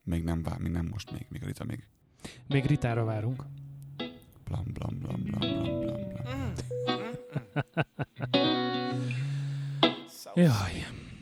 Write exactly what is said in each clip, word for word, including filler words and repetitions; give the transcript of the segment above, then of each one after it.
Még nem vár, még nem most, még, még Rita még. Még Ritára várunk. Blam, blam, blam, blam, blam, blam, blam. Jaj.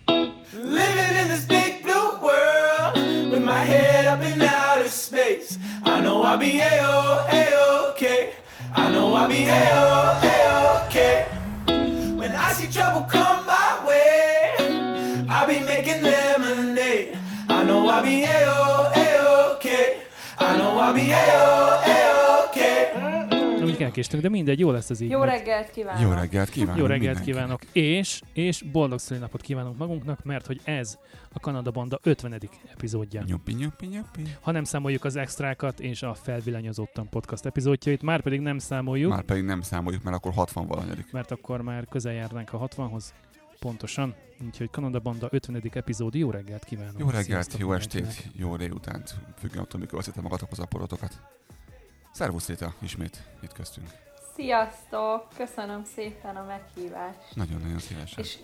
Living in this big blue world with my head up in outer space. I know I'll be A-O, A-OK. I know I'll be A-O, A-OK. When I see trouble come my way, I'll be making lemonade. I know I'll be A-O, A-OK. I know I'll be A-O, A-OK. Úgy elkéstünk, de mindegy, jó lesz ez így. Jó reggelt kívánok! Jó reggelt kívánok! Jó reggelt kívánok! És, és boldog szülinapot kívánunk magunknak, mert hogy ez a Kanada Banda ötvenedik epizódja. Nyupi, nyupi, nyupi. Ha nem számoljuk az extrákat és a felvillanyozottan podcast epizódjait, már pedig nem számoljuk. Már pedig nem számoljuk, mert akkor hatvan valanyadik. Mert akkor már közel járnánk a hatvanhoz. Pontosan. Úgyhogy Kanada Banda ötvenedik epizód. Jó reggelt kívánok! Jó reggelt, Sziasztok jó estét, mindenkinek. jó délutánt, függően attól, mikor veszitek magatokhoz a porotokat. Szervusz Rita, ismét itt köztünk. Sziasztok! Köszönöm szépen a meghívást. Nagyon-nagyon szívesen. És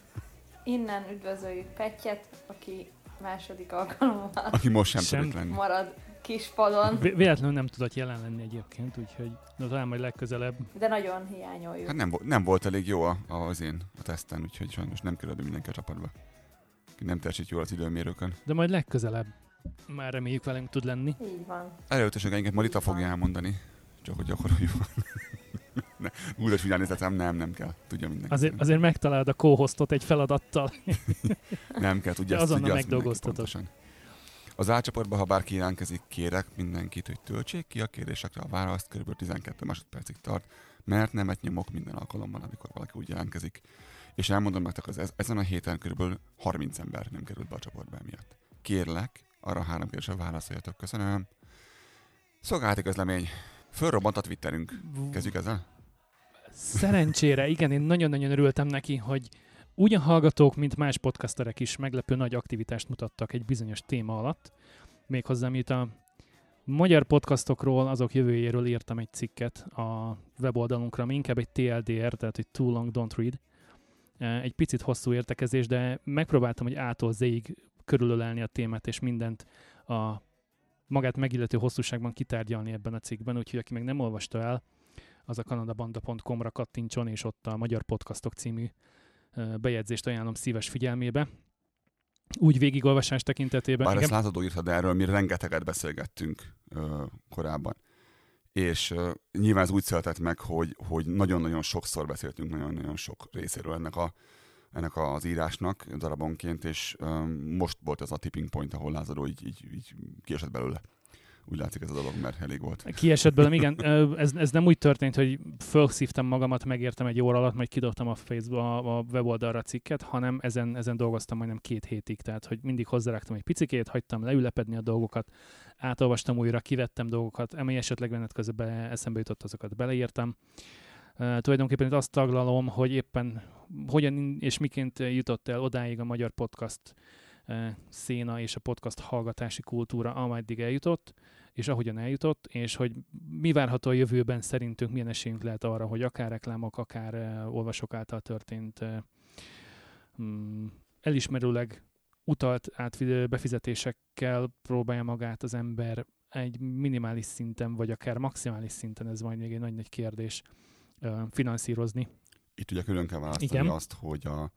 innen üdvözöljük Pettyet, aki második alkalommal Aki most sem, Sem. tudott lenni. marad kispadon, Vé- Véletlenül nem tudott jelen lenni egyébként, úgyhogy na, talán majd legközelebb. de nagyon hiányoljuk. Hát nem, vo- nem volt elég jó a, az én a teszten, úgyhogy sajnos nem kerül mindenki a csapatba. Ki nem teljesít jól az időmérőkön. De majd legközelebb már reméljük velünk tud lenni. Így van. Előtösségeinket Marita fogja elmondani, csak hogy gyakoroljuk. Ne, úgy is figyelni, nem, nem, nem kell. Tudja mindenki. Azért, azért megtalálod a co-hostot egy feladattal. Nem kell, tudja, De azt, azonnal tudja azt mindenki megdolgoztatod. pontosan. Az álcsoportban, ha bárki jelentkezik, kérek mindenkit, hogy töltsék ki a kérdésekre a választ, kb. tizenkét másodpercig tart, mert nemet nyomok minden alkalommal, amikor valaki úgy jelentkezik. És elmondom nektek, az ez, ezen a héten kb. harminc ember nem került be a csoportba emiatt. Kérlek, arra három kérdésre válaszoljatok. Köszönöm. Szolgálati közlemény. Fölrobbant a Twitterünk. Kezdjük ezzel? Szerencsére, igen, én nagyon-nagyon örültem neki, hogy ugyan hallgatók, mint más podcasterek is meglepő nagy aktivitást mutattak egy bizonyos téma alatt. Méghozzá, amit a magyar podcastokról, azok jövőjéről írtam egy cikket a weboldalunkra, ami inkább egy té el dé er, tehát egy Too Long Don't Read. Egy picit hosszú értekezés, de megpróbáltam, hogy A-tól Z-ig körülölelni a témát, és mindent a magát megillető hosszúságban kitárgyalni ebben a cikkben, úgyhogy aki meg nem olvasta el, az a kanadabanda pont com-ra kattintson, és ott a Magyar Podcastok című bejegyzést ajánlom szíves figyelmébe. Úgy végigolvasás tekintetében. Bár igen. ezt látható írtad erről, mi rengeteget beszélgettünk ö, korábban. És ö, nyilván ez úgy született meg, hogy, hogy nagyon-nagyon sokszor beszéltünk nagyon-nagyon sok részéről ennek, a, ennek az írásnak darabonként, és ö, most volt ez a tipping point, ahol Lázadó így, így, így kiesett belőle. Úgy látszik ez a dolog, mert elég volt. Kiesett belőlem, igen. Ez, ez nem úgy történt, hogy felszívtam magamat, megértem egy óra alatt, majd kidobtam a Facebook, a, a weboldalra a cikket, hanem ezen, ezen dolgoztam majdnem két hétig. Tehát, hogy mindig hozzáraktam egy picikét, hagytam leülepedni a dolgokat, átolvastam újra, kivettem dolgokat, ami esetleg menet közben eszembe jutott, azokat beleírtam. Uh, tulajdonképpen itt azt taglalom, hogy éppen hogyan és miként jutott el odáig a magyar podcast uh, széna és a podcast hallgatási kultúra, ameddig eljutott, és ahogyan eljutott, és hogy mi várható a jövőben szerintünk, milyen esélyünk lehet arra, hogy akár reklámok, akár uh, olvasók által történt uh, um, elismerőleg utalt át befizetésekkel próbálja magát az ember egy minimális szinten, vagy akár maximális szinten, ez majd még egy nagy-nagy kérdés, uh, finanszírozni. Itt ugye külön kell választani Igen. azt, hogy a...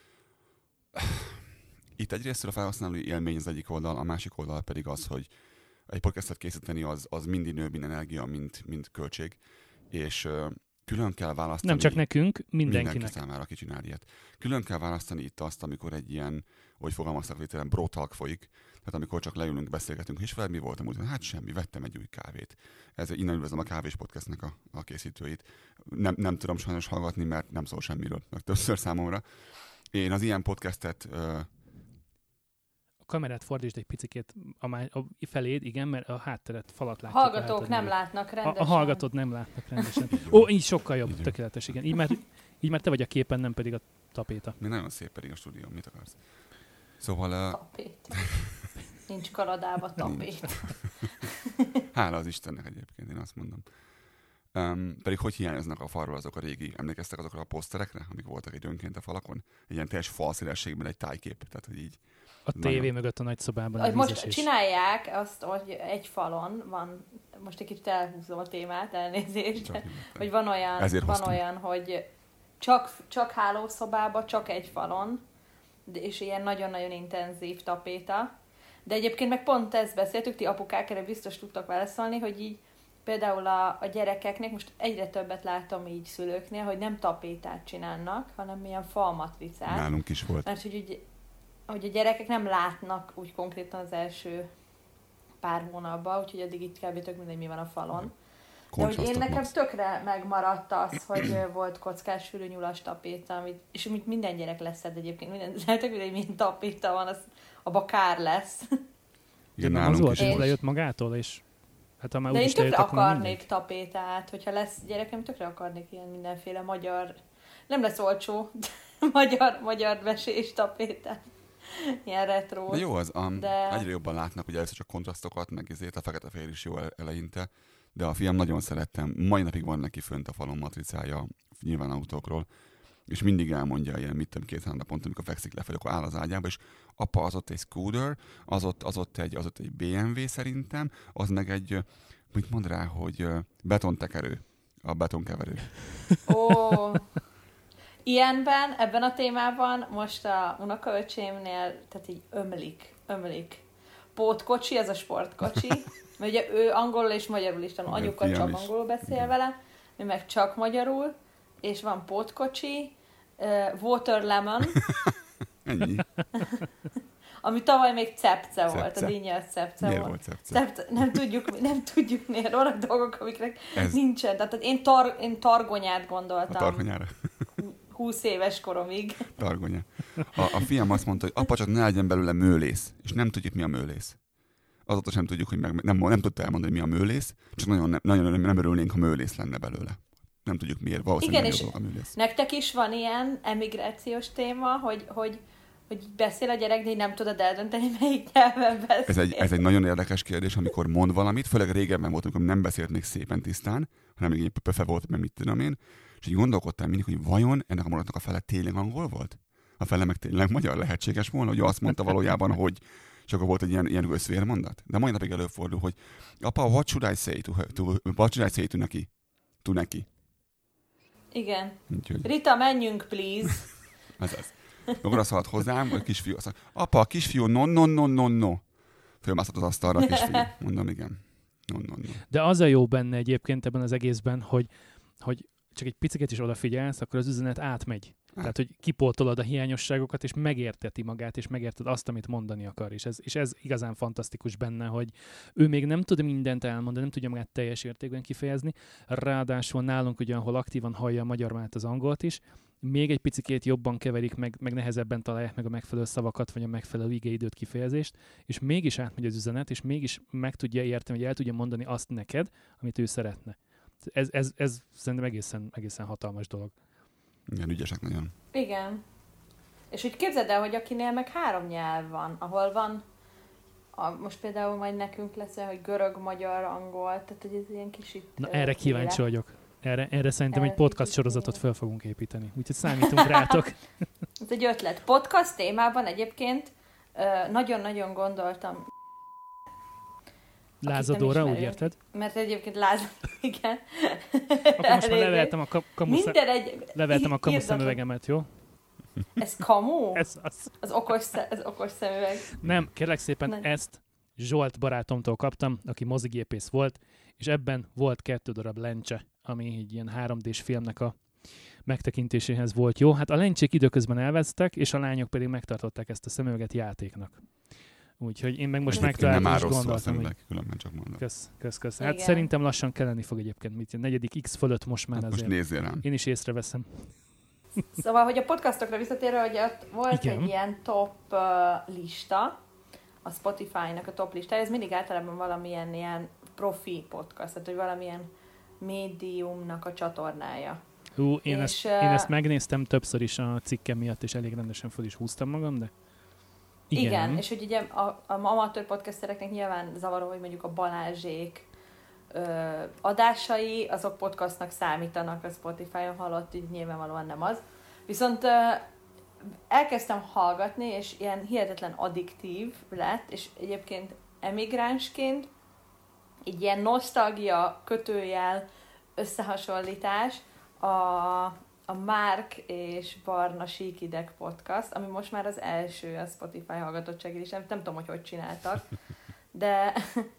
Itt egyrészt a felhasználói élmény az egyik oldal, a másik oldal pedig az, hogy egy podcastet készíteni az, az mind idő, mind energia, mind, mind költség, és uh, külön kell választani... Nem csak nekünk, mindenkinek. Mindenki számára, aki csinál ilyet. Külön kell választani itt azt, amikor egy ilyen, hogy fogalmaztak lételen, bro talk folyik, tehát amikor csak leülünk, beszélgetünk, és veled mi volt a múltban? Hát semmi, vettem egy új kávét. Ez innen üdvözlöm a Kávés Podcastnek a, a készítőit. Nem, nem tudom sajnos hallgatni, mert nem szól semmiről, meg többször számomra. Én az ilyen podcastet... Uh, A kamerát fordítsd egy picikét a, má- a feléd, igen, mert a hátteret falat látjuk. Hallgatók rajtad nem még. látnak A, rendesen. a hallgatód nem látnak rendesen. Ó, így sokkal jobb, Így tökéletes, igen. Így már, így már te vagy a képen, nem pedig a tapéta. mi nagyon szép pedig a stúdió, mit akarsz? Szóval... Uh, Tapét. Nincs Kanadába tapét. Hála az Istennek egyébként, én azt mondom. Um, pedig hogy hiányoznak a falról azok a régi, emlékeztek azokra a poszterekre, amik voltak időnként a falakon? Egy ilyen teljes falszínességben egy tájkép, tehát hogy így A tévé mögött a nagyszobában. Hogy most csinálják azt, hogy egy falon van, most egy kicsit elhúzom a témát, elnézést, de, hogy van olyan, van olyan, hogy csak, csak hálószobában, csak egy falon, és ilyen nagyon-nagyon intenzív tapéta. De egyébként meg pont ezt beszéltük, ti apukák erre biztos tudtak válaszolni, hogy így például a, a gyerekeknek, most egyre többet látom így szülőknél, hogy nem tapétát csinálnak, hanem ilyen falmatricát. Nálunk is volt. Mert hogy, úgy, hogy a gyerekek nem látnak úgy konkrétan az első pár hónapban, úgyhogy addig itt kb. Tök mindegy, mi van a falon. De hogy én nekem tökre megmaradt az, hogy volt kockás fülűnyulas tapéta, amit, és amit minden gyerek leszed egyébként, minden, lehetek mindegy, milyen tapéta van, az abba kár lesz. Igen, nálunk az volt, és lejött magától, és hát ha már de én tökre lejött, akarnék tapétát, hogyha lesz gyerekem, tökre akarnék ilyen mindenféle magyar, nem lesz olcsó, magyar, magyar mesés tapétát. Ilyen retro. De jó az, um, de... egyre jobban látnak, ugye először csak kontrasztokat, meg ezért a fekete-fehér is jó eleinte, de a fiam nagyon szerettem, mai napig van neki fönt a falon matricája, nyilván autókról, és mindig elmondja ilyen, mit tudom, két-három naponta, amikor fekszik lefelé, akkor áll az ágyába, és apa, az ott egy scooter, az ott, az ott egy, az ott egy bé em vé szerintem, az meg egy, mit mond rá, hogy betontekerő, a betonkeverő. Ó, ilyenben, ebben a témában most a unokaöcsémnél, tehát így ömlik, ömlik. Pótkocsi, ez a sportkocsi, mert ugye ő angolul és magyarul is tanul, anyuka csak angolul beszél vele, mi meg csak magyarul, és van pótkocsi, uh, Water Lemon, ennyi. ami tavaly még cepce volt, Cepce. a dinnyes cepce Miért volt. volt cepce? cepce. Nem tudjuk, nem tudjuk miért, vannak dolgok, amiknek Ez... nincsen. Tehát én, tar, én targonyát gondoltam. A targonyára. húsz éves koromig. Targonya. A, a fiam azt mondta, hogy apa, csak ne legyen belőle mőlész, és nem tudjuk, mi a mőlész. Azóta sem tudjuk, hogy meg, nem, nem tudta elmondani, mi a mőlész, csak nagyon, nem, nagyon nem, nem örülnénk, ha mőlész lenne belőle. Nem tudjuk miért, valószínűleg igen, és a művész. Nektek is van ilyen emigrációs téma, hogy, hogy, hogy beszél a gyerek, de így nem tudod eldönteni, melyik nyelven beszél. Ez egy, ez egy nagyon érdekes kérdés, amikor mond valamit, főleg régebben volt, amikor nem beszélt még szépen tisztán, hanem még egy pöfe volt, meg mit tudom én, és így gondolkodtam mindig, hogy vajon ennek a mondatnak a fele tényleg angol volt? A fele meg tényleg magyar, lehetséges volna, hogy azt mondta valójában, hogy csak volt egy ilyen, ilyen összvérmondat. De mai napig előfordul, hogy apa, what should I say to her, to, what should I say to neki? To neki. Igen. Úgyhogy... Rita, menjünk, please. Ez az. Akkor azt hallott hozzám, a kisfiú azt mondja, apa, a kisfiú, no, no, no, no, no. Fölmászott az asztalra a kisfiú. Mondom, igen. No, no, no. De az a jó benne egyébként ebben az egészben, hogy, hogy csak egy picit is odafigyelsz, akkor az üzenet átmegy. Hát. Tehát, hogy kipótolod a hiányosságokat, és megérteti magát, és megérted azt, amit mondani akar. És ez, és ez igazán fantasztikus benne, hogy ő még nem tud mindent elmondani, nem tudja magát teljes értékben kifejezni. Ráadásul nálunk ugye, ahol aktívan hallja a magyar mellett az angolt is, még egy picikét jobban keverik, meg, meg nehezebben találják meg a megfelelő szavakat, vagy a megfelelő igeidőt, kifejezést, és mégis átmegy az üzenet, és mégis meg tudja érteni, hogy el tudja mondani azt neked, amit ő szeretne. Ez, ez, ez szerintem egészen, egészen hatalmas dolog. Igen, ügyesek nagyon. Igen. És úgy képzeld el, hogy akinél meg három nyelv van, ahol van, a, most például majd nekünk lesz, hogy görög, magyar, angol, tehát hogy ez ilyen kis itt... Na erre kíváncsi vagyok. Erre, erre szerintem erre egy podcast sorozatot fel fogunk építeni. Úgyhogy számítunk rátok. Ez egy ötlet. Podcast témában egyébként nagyon-nagyon gondoltam. Lázadóra, úgy érted? Mert egyébként lázadó, igen. Akkor most már leveltem a kamuszem... egy... leveltem a kamuszemüvegemet, jó? Ez kamu? Ez az. Az okos, ez okos szemüveg. Nem, kérlek szépen, nem. Ezt Zsolt barátomtól kaptam, aki mozigépész volt, és ebben volt kettő darab lencse, ami egy ilyen három dés filmnek a megtekintéséhez volt jó. Hát a lencsék időközben elvesztek, és a lányok pedig megtartották ezt a szemüveget játéknak. Úgyhogy én meg most megtaláltam, és gondoltam, hogy... Különben csak mondom. Kösz, kösz, kösz. Hát igen. Szerintem lassan kelleni fog egyébként. Mit, a negyedik X fölött most már hát azért. Most nézzél rám. Én is észreveszem. Szóval, hogy a podcastokra visszatérve, hogy ott volt igen. egy ilyen top uh, lista, a Spotify-nak a top listája, ez mindig általában valamilyen ilyen profi podcast, tehát hogy valamilyen médiumnak a csatornája. Hú, én, és, ezt, uh, én ezt megnéztem többször is a cikkem miatt, és elég rendesen föl is húztam magam, de igen. Igen, és hogy ugye a, a amatőr podcastereknek nyilván zavaró, hogy mondjuk a Balázsék ö, adásai, azok podcastnak számítanak a Spotify-on, halott, így nyilvánvalóan nem az. Viszont ö, elkezdtem hallgatni, és ilyen hihetetlen addiktív lett, és egyébként emigránsként így ilyen nosztalgia, kötőjel, összehasonlítás a, a Márk és Barna Síkideg podcast, ami most már az első a Spotify hallgatottságért is, nem, nem tudom, hogy hogy csináltak, de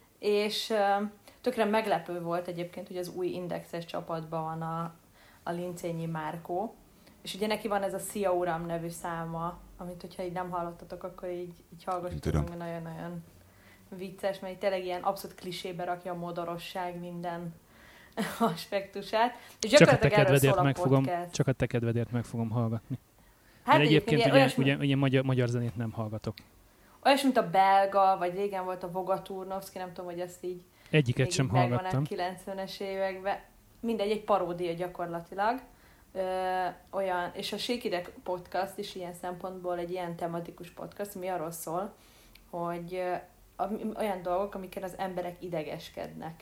és tökre meglepő volt egyébként, hogy az új Indexes csapatban van a, a Lincényi Márkó, és ugye neki van ez a Szia Uram nevű száma, amit hogyha így nem hallottatok, akkor így, így hallgassatok, nagyon-nagyon vicces, mert tényleg ilyen abszolút klisébe rakja a modorosság minden aspektusát. És csak a te kedvedért meg fogom, csak a te kedvedért meg fogom hallgatni. Hát de egyébként ugye, olyas, ugye, ugye magyar, magyar zenét nem hallgatok. Olyas, mint a belga, vagy régen volt a Voga Turnovszki, nem tudom, hogy ezt így egyiket sem hallgattam. kilencvenes években. Mindegy, egy paródia gyakorlatilag. Ö, olyan, és a Síkideg podcast is ilyen szempontból egy ilyen tematikus podcast, ami arról szól, hogy ö, olyan dolgok, amikkel az emberek idegeskednek.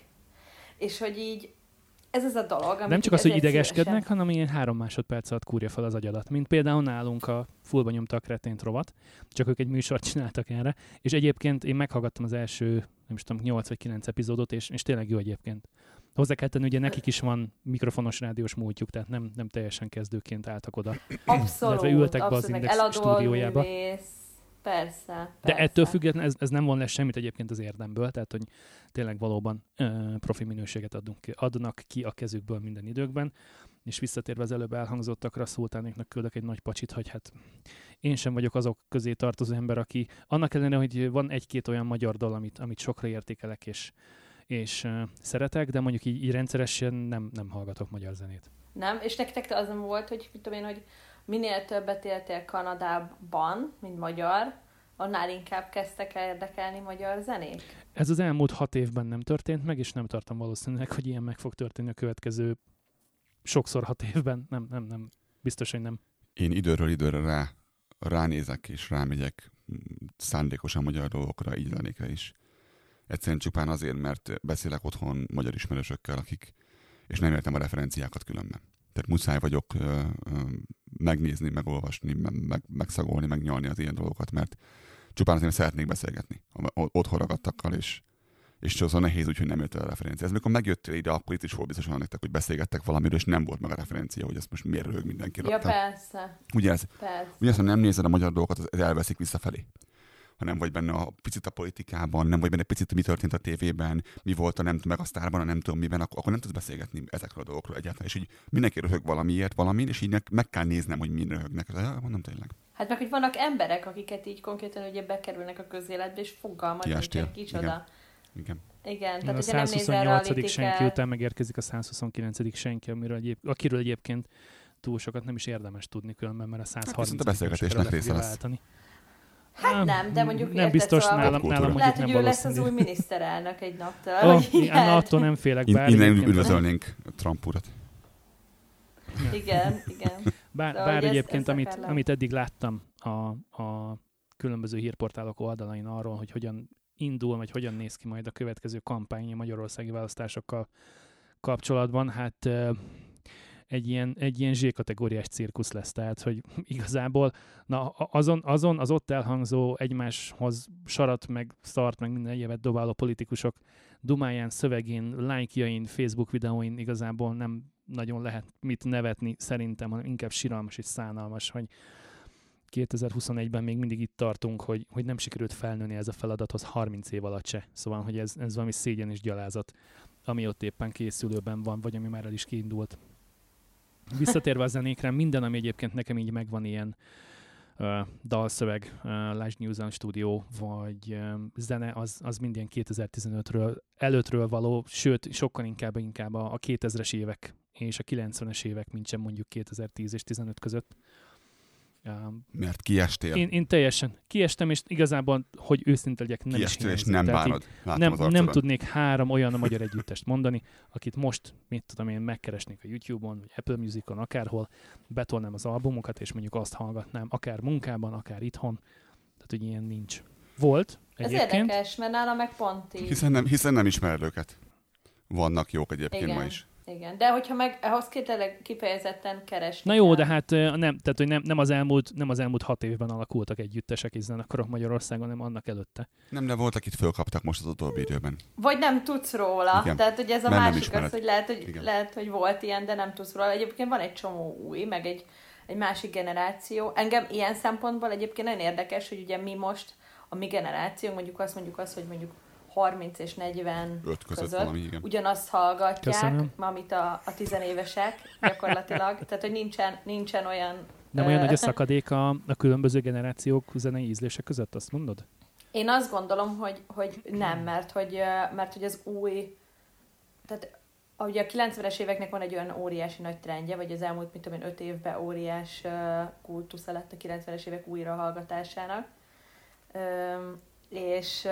És hogy így ez az a dolog, nem csak az, hogy idegeskednek, szívesen... hanem ilyen három másodperc alatt kúrja fel az agyadat. Mint például nálunk a Fullba nyomta a Kretént rovat, csak ők egy műsort csináltak erre, és egyébként én meghallgattam az első, nem is tudom, nyolc vagy kilenc epizódot, és, és tényleg jó egyébként. Hozzá kell tenni, ugye nekik is van mikrofonos rádiós múltjuk, tehát nem, nem teljesen kezdőként álltak oda. Abszolút, ültek abszolút, be az Index stúdiójába. Művész. Persze, persze. De ettől függetlenül ez, ez nem von le semmit egyébként az érdemből, tehát hogy tényleg valóban ö, profi minőséget adunk ki, adnak ki a kezükből minden időkben, és visszatérve az előbb elhangzottakra, Szultánéknak küldök egy nagy pacsit, hogy hát én sem vagyok azok közé tartozó ember, aki annak ellenére, hogy van egy-két olyan magyar dal, amit, amit sokra értékelek és, és uh, szeretek, de mondjuk így, így rendszeresen nem, nem hallgatok magyar zenét. Nem? És nektek az nem volt, hogy mit tudom én, hogy minél többet éltél Kanadában, mint magyar, annál inkább kezdtek el érdekelni magyar zenét? Ez az elmúlt hat évben nem történt meg, és nem tartom valószínűleg, hogy ilyen meg fog történni a következő sokszor hat évben. Nem, nem, nem. Biztos, hogy nem. Én időről időre rá, ránézek és rámegyek szándékosan magyar dolgokra, így zenékre is. Egyszerűen csupán azért, mert beszélek otthon magyar ismerősökkel, akik, és nem értem a referenciákat különben. Tehát muszáj vagyok ö, ö, megnézni, megolvasni, meg, megszagolni, megnyalni az ilyen dolgokat, mert csupán azért szeretnék beszélgetni otthon ragadtakkal, és, és sokszor nehéz úgy, hogy nem jött el a referencia. Ez mikor megjöttél ide, akkor itt is volt biztosan nektek, hogy beszélgettek valamiről, és nem volt meg a referencia, hogy ezt most miért röhög mindenki rakta. Ja, persze. Ugye ez, persze. Ugye ez, ha nem nézed a magyar dolgokat, az elveszik visszafelé. Ha nem vagy benne a picit a politikában, nem vagy benne picit, mi történt a tévében, mi volt a nem meg a sztárban, a nem tudom miben, akkor, akkor nem tudsz beszélgetni ezekről a dolgokról egyáltalán. És így mindenki röhög valamiért, valamin, és így meg kell néznem, hogy min röhögnek. Mondom tényleg. Hát meg, hogy vannak emberek, akiket így konkrétan ugye bekerülnek a közéletbe, és fogalmad nincsen kicsoda. Igen. Igen. Tehát, a százhuszonnyolcadik senki után megérkezik a százhuszonkilencedik senki, amiről egyéb, akiről egyébként túl sokat nem is érdemes tudni különben, mert a százharminc hát, a beszélgetésnek része lesz. Hát nem, de mondjuk nem biztos, szóval, nálam, nálam lehet, hogy ő lesz az új miniszterelnök egy naptól. Oh, igen, attól nem félek. Bár innen üdvözölnénk Trump urat. Igen, igen. Bár, szóval, bár egyébként, ez, ez amit, amit eddig láttam a, a különböző hírportálok oldalain arról, hogy hogyan indul, vagy hogyan néz ki majd a következő kampány a magyarországi választásokkal kapcsolatban, hát egy ilyen, egy ilyen zsé-kategóriás cirkusz lesz, tehát, hogy igazából na, azon, azon az ott elhangzó egymáshoz sarat, meg szart, meg minden egyébet dobáló politikusok dumáján, szövegén, lájkjain, Facebook videóin igazából nem nagyon lehet mit nevetni szerintem, hanem inkább siralmas és szánalmas, hogy kétezer-huszonegyben még mindig itt tartunk, hogy, hogy nem sikerült felnőni ez a feladathoz harminc év alatt se. Szóval, hogy ez, ez valami szégyen és gyalázat, ami ott éppen készülőben van, vagy ami már el is kiindult. Visszatérve a zenékre, minden, ami egyébként nekem így megvan ilyen uh, dalszöveg, uh, Lásd New Zealand Studio, vagy um, zene, az, az minden kétezer-tizenötről előttről való, sőt, sokkal inkább, inkább a, a kétezres évek és a kilencvenes évek, mint sem mondjuk kétezer-tíz és tizenöt között. Um, Mert kiestél. Én, én teljesen kiestem, és igazából, hogy őszinte legyek, nem kiestél, is és nem bánod. Nem, nem tudnék három olyan a magyar együttest mondani, akit most, mit tudom én, megkeresnék a YouTube-on, vagy Apple Musicon, akárhol, betolnám az albumokat, és mondjuk azt hallgatnám, akár munkában, akár itthon. Tehát, hogy ilyen nincs. Volt egyébként. Ez érdekes, mert nála meg pont így. Hiszen nem, hiszen nem ismered őket. Vannak jók egyébként igen. ma is. Igen, de hogyha meg ahhoz tényleg kifejezetten keresni. Na jó, kell. de hát nem, tehát, hogy nem, nem, az elmúlt, nem az elmúlt hat évben alakultak együttesek, és zenekarok Magyarországon, hanem annak előtte. Nem, de voltak itt fölkaptak most az utóbbi időben. Vagy nem tudsz róla. Igen. Tehát, hogy ez a Nem, nem másik az, hogy lehet, hogy Igen. lehet, hogy volt ilyen, de nem tudsz róla. Egyébként van egy csomó új, meg egy, egy másik generáció. Engem ilyen szempontból egyébként nagyon érdekes, hogy ugye mi most, a mi generációnk, mondjuk azt mondjuk azt, hogy mondjuk harminc és negyven Öt között, között valami, igen. ugyanazt hallgatják, Köszönöm. amit a, a tizenévesek gyakorlatilag. Tehát, hogy nincsen, nincsen olyan... Nem olyan nagy a szakadék a, a különböző generációk zenei ízlése között, azt mondod? Én azt gondolom, hogy, hogy nem, mert hogy, mert hogy az új... Tehát ugye a kilencvenes éveknek van egy olyan óriási nagy trendje, vagy az elmúlt, mint tudom én, öt évben óriás kultusza lett a kilencvenes évek újrahallgatásának. És...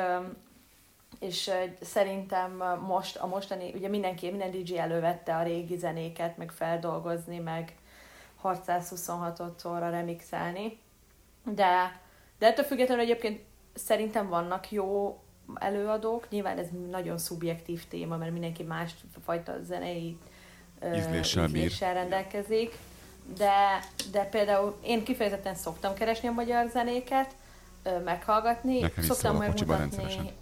és szerintem most a mostani, ugye mindenki, minden dé dzsé elővette a régi zenéket, meg feldolgozni, meg hatszázhuszonhatodszorra remixelni, de, de ettől függetlenül egyébként szerintem vannak jó előadók, nyilván ez nagyon szubjektív téma, mert mindenki más fajta zenei ízléssel, ízléssel rendelkezik, de, de például én kifejezetten szoktam keresni a magyar zenéket, meghallgatni, Nekem is szoktam szól a kocsiban megmutatni rendszeresen.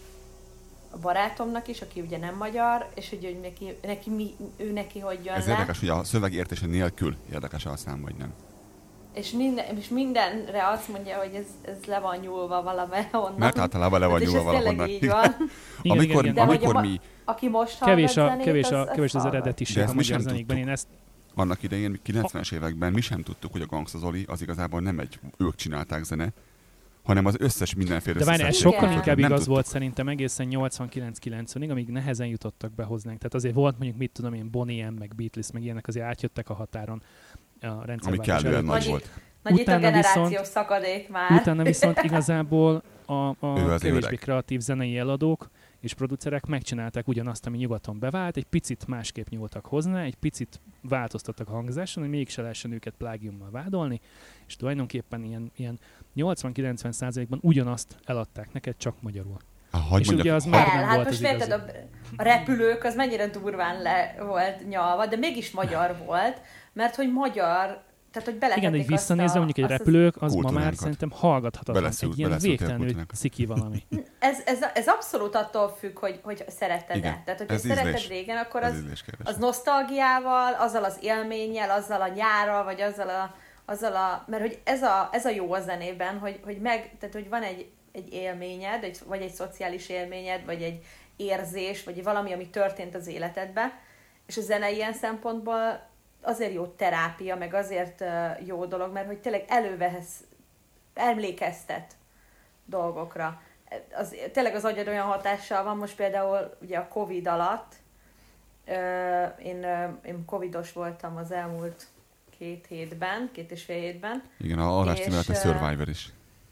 a barátomnak is, aki ugye nem magyar, és hogy, hogy neki, neki mi, ő neki hogy jön Ez le. érdekes, hogy a szöveg értése nélkül érdekes a szám, vagy nem. És, minden, és mindenre azt mondja, hogy ez, ez le van nyúlva valahonnan. Mert általában le van És nyúlva ez tényleg valahonnan. így van. Igen, amikor igen, De igen. amikor hogy a mi Aki most hallgat Kevés, a, zenét, kevés, az, a, az kevés az hallgat. eredetiség De a ezt mi magyar sem zenékben. tudtuk. Én ezt annak idején, kilencvenes években mi sem tudtuk, hogy a Gangsta Zoli az igazából nem egy ők csinálták zene, hanem az összes mindenféle De várj, ez összeszedés. sokkal Igen. inkább Nem igaz tudtuk. volt szerintem egészen nyolcvankilenc-kilencvenig, amíg nehezen jutottak be hozzánk. Tehát azért volt mondjuk, mit tudom én, Bonnie M, meg Beatles, meg ilyenek azért átjöttek a határon a Ami rendszerváltás kellően előtt. nagy Nagy- volt. Nagy itt a Utána generációs viszont- szakadék már. Utána viszont igazából a, a Ő az kevésbé öreg. kreatív zenei eladók és producerek megcsinálták ugyanazt, ami nyugaton bevált, egy picit másképp nyúltak hozzá, egy picit változtattak a hangzáson, hogy mégse lehessen őket plágiummal vádolni, és tulajdonképpen ilyen, ilyen nyolcvan-kilencven százalékban ugyanazt eladták neked, csak magyarul. Ah, hagy És mondjak, ugye az hagy- már El, nem hát volt most az érted, igazi. a, a repülők az mennyire durván le volt nyalva, de mégis magyar volt, mert hogy magyar, tehát hogy beletették Igen, egy visszanézve azt a, mondjuk egy azt repülők, az ma már kultúránkat. szerintem hallgathatatlan. Beleszült- Egy ilyen beleszülték a végtelenül kultúránkat. ciki valami. az, ez, ez, ez abszolút attól függ, hogy, hogy szereted-e. Igen, Tehát, hogyha ez szereted ízlés. régen, akkor Ez az, ízléskérdés. az nosztalgiával, azzal az élménnyel, azzal a nyárral, vagy azzal a, azzal a mert hogy ez a, ez a jó a zenében, hogy, hogy meg, tehát hogy van egy, egy élményed, egy, vagy egy szociális élményed, vagy egy érzés, vagy valami, ami történt az életedben, és a zene ilyen szempontból azért jó terápia, meg azért uh, jó dolog, mert hogy tényleg elővehesz, emlékeztet dolgokra. Az, tényleg az agyad olyan hatással van, most például ugye a Covid alatt, uh, én, uh, én covidos voltam az elmúlt két hétben, két és fél hétben. Igen, a Alás és, címelt a uh, Survivor is.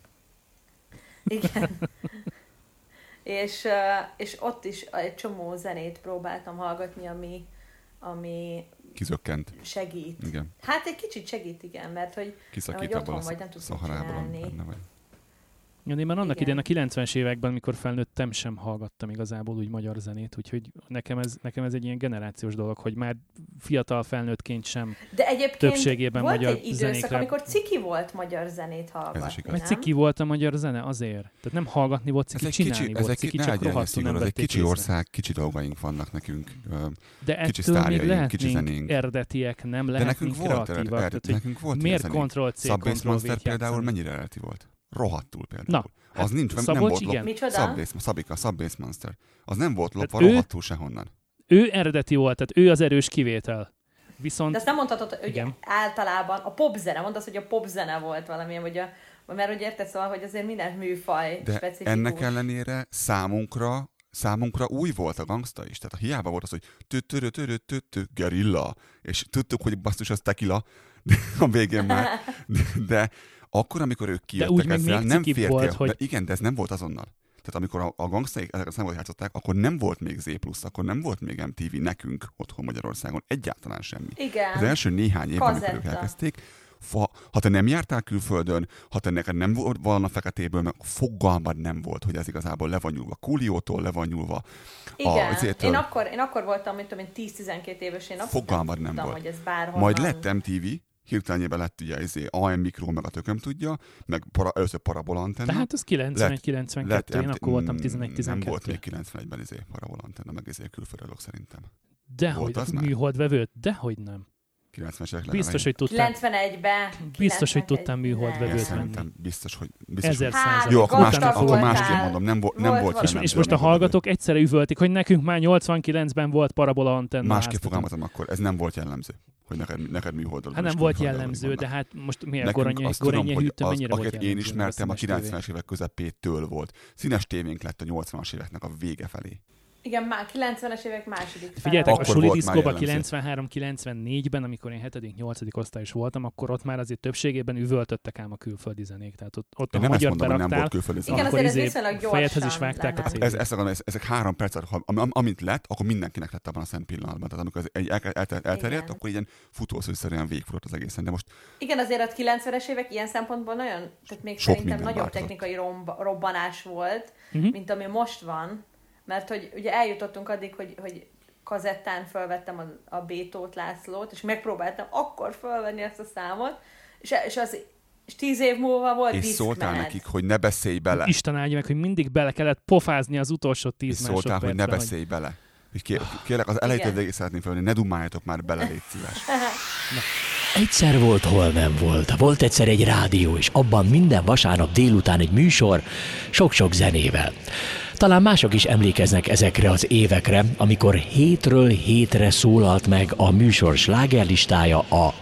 Igen. és, uh, és ott is egy csomó zenét próbáltam hallgatni, ami, ami Kizökkent. segít. Igen. Hát egy kicsit segít, igen, mert hogy, Kiszakít hogy abból otthon a vagy, nem tudsz mit szaharából, ami csinálni. benne vagy. Ja, én már annak Igen. idején a kilencvenes években, amikor felnőttem, sem hallgattam igazából úgy magyar zenét, úgyhogy nekem ez, nekem ez egy ilyen generációs dolog, hogy már fiatal felnőttként sem. De egyébként Többségében volt magyar egy időszak, zenékre- amikor ciki volt magyar zenét Ez is hallgatni, igaz. Mert nem? ciki volt a magyar zene azért. Tehát nem hallgatni volt Ez ciki, egy csinálni kicsi, ez volt egy, ciki, ki, ne csak legyen rohadtul nem szigorú, ez egy vették kicsi észre. ország, kicsi dolgaink vannak nekünk. Ö, De kicsi ettől még sztárjaink, kicsi lehetnénk zenénk. eredetiek, nem De lehetnénk nekünk volt, ered, kreatívak. ered, Tehát, hogy nekünk volt miért zenénk. Ctrl-C, Subbase Ctrl-V-t Monster például játszani? mennyire eredeti volt? Rohadtul például. Na, az nincs, nem Szabolcs, volt igen. lop. Micsoda? Subbase, Szabika, Subbase Monster. Az nem volt lopva Tehát ő- rohadtul sehonnan. Ő eredeti volt, tehát ő az erős kivétel. Viszont De azt nem mondhatod, hogy Igen. általában a popzene, mondasz, hogy a popzene volt valamilyen, vagy a, mert hogy érted, szóval, hogy azért minden műfaj De specifikus. ennek ellenére számunkra számunkra új volt a gangsta is. Tehát a hiába volt az, hogy tü-tü-tü-tü-tü-tü, gerilla, és tudtuk, hogy basszus, az tequila, de a végén már. De, de akkor, amikor ők kijöttek úgy még ezzel, még nem cikibb fértél. volt, hogy- De igen, de ez nem volt azonnal. Tehát amikor a, a gangstaik ezeket a számokat játszották, akkor nem volt még Z plusz, akkor nem volt még em té vé nekünk otthon Magyarországon. Egyáltalán semmi. Igen. Az első néhány évben, amikor ők Kazetta. elkezdték, fa, ha te nem jártál külföldön, ha te neked nem volt valami feketéből, meg fogalmad nem volt, hogy ez igazából le van nyúlva Cooliótól, le van nyúlva. Igen, a, én, akkor, én akkor voltam, mint tudom én, tíz-tizenkét éves, én abszolút fogalmad nem tudtam, nem volt. hogy ez bárhol Majd van. lett em té vé, hirtelenjében lett ugye izé, á em mikró, meg a tököm tudja, meg para, először parabola antenna. Tehát az kilencvenegy kilencvenkettő, én akkor voltam tizenegy tizenkettő. Nem volt még kilencvenegyben izé, parabola antenna, meg izé külföldről szerintem. Dehogy, műholdvevőt? Dehogy nem. kilencvenes évek Biztos, hogy tudtam. kilencvenegyben. Biztos, hogy tudtam műholdvevőt venni. Biztos, hogy... Biztos, Ezer hogy... százalék. Jó, akkor, másképp, akkor másképp mondom, nem, vo- nem volt, volt jellemző. És most a hallgatók egyszerre üvöltik, hogy nekünk már nyolcvankilencben volt parabola antenna. Másképp fogalmazom akkor, ez nem volt jellemző, hogy neked, neked műholdon. Hát nem volt jellemző, de hát most miért Gorénye hűtő, mennyire volt jellemző? Én ismertem, a kilencvenes évek közepétől volt. Színes tévénk lett a nyolcvanas éveknek a vége felé. Igen, már kilencvenes évek második fele. Figyeljetek, a suli diszkóban kilencvenhárom kilencvennégyben, amikor én hetedik nyolcadik osztályos voltam, akkor ott már azért többségében üvöltöttek ám a külföldi zenék. Tehát ott, ott a nem magyar mondom, beraktál, nem volt külföldi zenék. Igen, azért ez viszonylag gyorsan fejedhez is vágták a céget. Ez, ez, ez, ezek három percet, am, amint lett, akkor mindenkinek lett abban a szent pillanatban. Tehát amikor ez el, el, el, elterjedt, akkor ilyen futószűszerűen végigfutott az egészen. De most... Igen, azért a kilencvenes évek ilyen szempontból nagyon, tehát még Sok szerintem nagyobb változott. technikai romb, robbanás volt, uh-huh. mint ami most van. Mert hogy ugye eljutottunk addig, hogy, hogy kazettán felvettem a, a Bétót Lászlót, és megpróbáltam akkor felvenni ezt a számot, és, és az és tíz év múlva volt és diszkmenet. szóltál nekik, hogy ne beszélj bele. Isten áldja meg, hogy mindig bele kellett pofázni az utolsó tíz és szóltál, hogy ne beszélj hogy... bele. Kérlek, az elejétől végig szeretném felvenni, ne dumáljatok már bele, légy szíves. Egyszer volt, hol nem volt. Volt egyszer egy rádió, és abban minden vasárnap délután egy műsor, sok-sok zenével. Talán mások is emlékeznek ezekre az évekre, amikor hétről hétre szólalt meg a műsor slágerlistája a...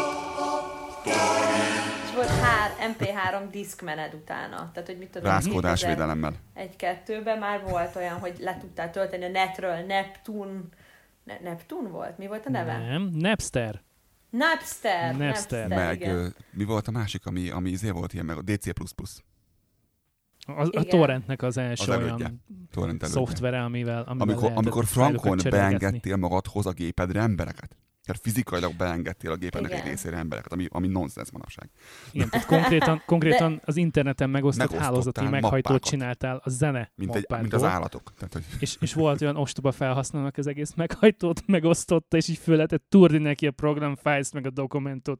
És volt hár, em pé három diszkmened utána. Tehát, hogy mit tudom, rázkodás védelemmel. Egy-kettőben már volt olyan, hogy le tudtál tölteni a netről, Neptun... Ne, Neptun volt? Mi volt a neve? Nem, Napster. Napster. Napster. Meg igen. Mi volt a másik, ami, ami izé volt ilyen, meg a dé cé plusz plusz. A, a torrentnek az első az olyan torrent szoftvere, amivel, amivel Amikor, amikor frankon beengedtél beengedtél magadhoz a gépedre embereket. Tehát fizikailag beengedtél a gépednek egy részére embereket, ami, ami nonsens manapság. Igen, tehát konkrétan, konkrétan De... az interneten megosztott hálózati meghajtót csináltál a zene mint, egy, mint az állatok. Tehát, hogy... és, és volt olyan ostoba felhasználónak az egész meghajtót megosztotta, és így föl lehetett túrni neki a program files meg a dokumentot.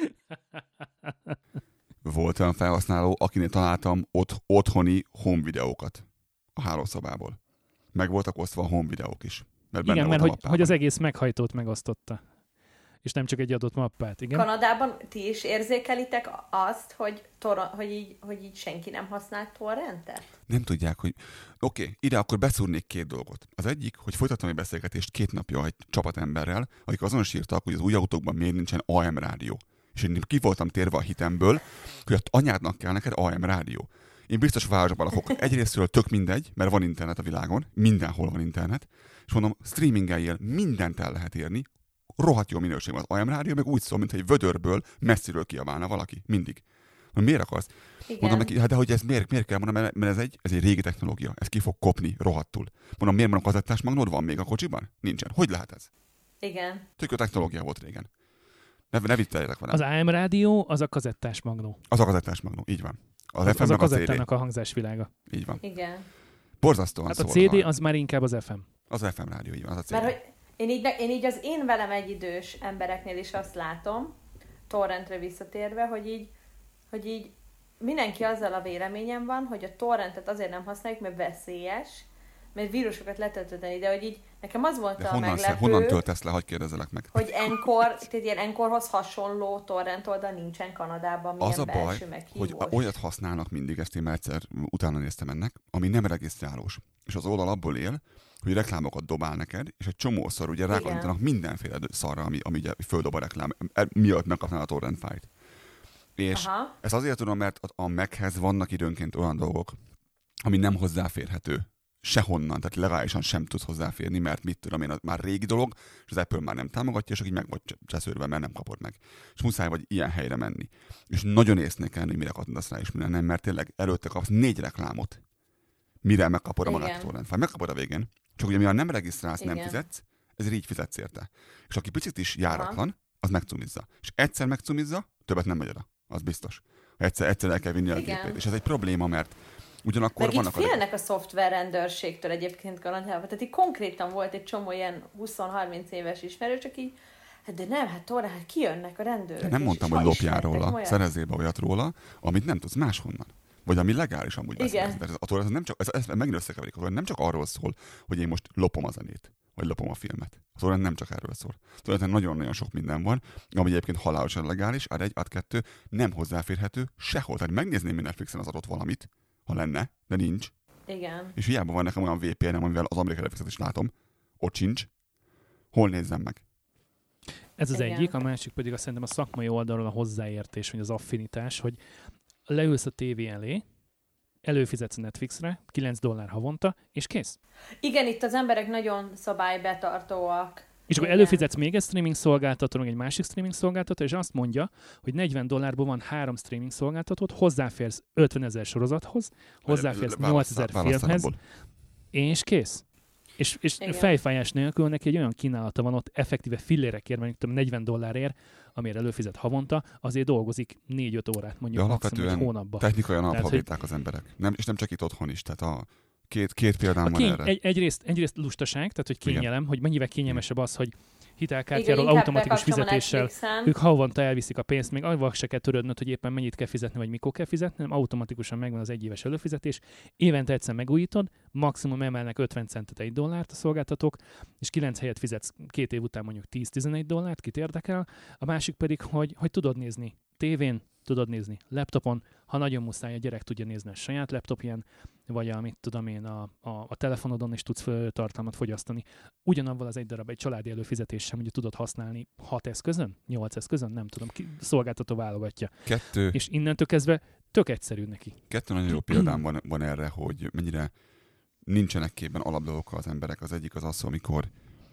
Volt olyan felhasználó, akinél találtam ott, otthoni home videókat a hálószobából. Meg voltak osztva a home videók is. Mert igen, mert hogy, hogy az egész meghajtót megosztotta. És nem csak egy adott mappát, igen? Kanadában ti is érzékelitek azt, hogy, tor- hogy, így, hogy így senki nem használt torrentet? Nem tudják, hogy... Oké, okay, ide akkor beszúrnék két dolgot. Az egyik, hogy folytattam egy beszélgetést két napja egy csapatemberrel, akik azon is írtak, hogy az új autókban miért nincsen á em rádió. És én ki voltam térve a hitemből, hogy az anyádnak kell neked á em rádió. Én biztos városban lakok. Egyrésztről tök mindegy, mert van internet a világon, mindenhol van internet, és mondom, streamingeljél mindent el lehet érni, rohadt jó minőségben az á em rádió, meg úgy szól, mintha egy vödörből messziről kiabálna valaki. Mindig. Mondom, miért akarsz? Igen. Mondom neki, hát de hogy ez miért, miért kell? Mondom, mert ez egy, ez egy régi technológia. Ez ki fog kopni rohadtul. Mondom, miért mondom, kazettás magnód van még a kocsiban? Nincsen. Hogy lehet ez? Igen. Tök jó technológia volt régen. Ne, ne vicceljetek velem. Az á em rádió, az a kazettás magnó. Az a kazettás magnó, így van. Az, az, az a kazettának a, a hangzásvilága. Így van. Igen. Borzasztóan hát a cé dé az már inkább az ef em. Az ef em rádió, így van. Az a cé dé. Mert hogy én így, én így az én velem egyidős embereknél is azt látom, torrentre visszatérve, hogy így, hogy így mindenki azzal a véleményen van, hogy a torrentet azért nem használjuk, mert veszélyes, mert vírusokat letölteni, de hogy így nekem az volt de a honnan meglepő, honnan töltesz le, hadd kérdezzelek meg. Hogy Encore, tehát ilyen Encorehoz hasonló torrent oldal nincsen Kanadában, milyen az a baj, belső hogy olyat használnak mindig, ezt én már egyszer utána néztem ennek, ami nem regisztrálós. És az oldal abból él, hogy reklámokat dobál neked, és egy csomószor ugye rákanítanak mindenféle szarra, ami, ami ugye földob a reklám, miatt megkapnál a torrent fájlt. És aha. Ezt azért tudom, mert a Machez vannak időnként olyan dolgok, ami nem hozzáférhető sehonnan, tehát legálisan sem tudsz hozzáférni, mert mit tudom én, az már régi dolog, és az Apple már nem támogatja, és aki meg vagy cseszőrve, mert nem kapod meg. És muszáj vagy ilyen helyre menni. És nagyon észnél kell, hogy mire kattintasz rá, és mire nem, mert tényleg előtte kapsz négy reklámot, mire megkapod a magát a torrent fájl. Megkapod a végén. Csak ugye mivel nem regisztrálsz, igen. nem fizetsz, ezért így fizetsz érte. És aki picit is járatlan, aha. az megcumizza. És egyszer megcumizza, többet nem megy oda. Az biztos. Egyszer, egyszer el kell vinni a gépét. És ez egy probléma, mert ugyanakkor meg vannak... Meg itt félnek a, a szoftverrendőrségtől egyébként garantálva. Tehát így konkrétan volt egy csomó ilyen húsz-harminc éves ismerő, csak így, hát de nem, hát torra, hát kijönnek a rendőrök. Nem mondtam, hogy lopjál róla, szerezzél be olyat róla, amit nem tudsz máshonnan. Vagy ami legális amúgy beszélni. A torra, ez nem csak, ez, ez megint összekeverik, a torra nem csak arról szól, hogy én most lopom a zenét, vagy lopom a filmet. A torra nem csak erről szól. A torra nagyon-nagyon sok minden van, ami egyébként halálosan legális, ad egy, ad kettő, nem hozzáférhető sehol. Tehát megnézném Netflixen az adott valamit, ha lenne, de nincs. Igen. És hiába van nekem olyan vé pé en-em, amivel az amerikai Netflixet is látom, ott sincs. Hol nézzem meg? Ez az Igen. egyik, a másik pedig azt szerintem a szakmai oldalról a hozzáértés, vagy az affinitás, hogy leülsz a tévé elé, előfizetsz a Netflixre, kilenc dollár havonta, és kész. Igen, itt az emberek nagyon szabálybetartóak. És akkor előfizetsz még egy streaming szolgáltató, meg egy másik streaming szolgáltató, és azt mondja, hogy negyven dollárból van három streaming szolgáltatót, hozzáférsz ötvenezer sorozathoz, hozzáférsz nyolcezer filmhez, és kész. És, és fejfájás nélkül neki egy olyan kínálata van ott, effektíve fillérekért, mondjuk negyven dollárért, amire előfizet havonta, azért dolgozik négy-öt órát mondjuk maximum egy hónapban. Technikai analfabéták hogy... az emberek. Nem, és nem csak itt otthon is. Tehát a két, két példám a van kény, erre. Egy, egyrészt, egyrészt lustaság, tehát hogy kényelem, igen. hogy mennyivel kényelmesebb az, hogy hitelkártyáról igen, automatikus fizetéssel ők havonta elviszik a pénzt, még avval se kell törődnöd, hogy éppen mennyit kell fizetni, vagy mikor kell fizetni, hanem automatikusan megvan az egyéves előfizetés. Évente egyszer megújítod, maximum emelnek ötven centet egy dollárt a szolgáltatók, és kilenc helyet fizetsz két év után mondjuk tíz-tizenegy dollárt, kit érdekel. A másik pedig, hogy, hogy tudod nézni tévén, tudod nézni laptopon, ha nagyon muszáj, a gyerek tudja nézni a saját laptopján, vagy amit tudom én, a, a, a telefonodon is tudsz tartalmat fogyasztani. Ugyanabban az egy darab, egy családi előfizetéssel mondjuk tudod használni hat eszközön, nyolc eszközön, nem tudom, ki, szolgáltató válogatja. Kettő. És innentől kezdve tök egyszerű neki. Kettő nagyon jó példám van, van erre, hogy mennyire nincsenek képben alapdolgokkal az emberek. Az egyik az az, amikor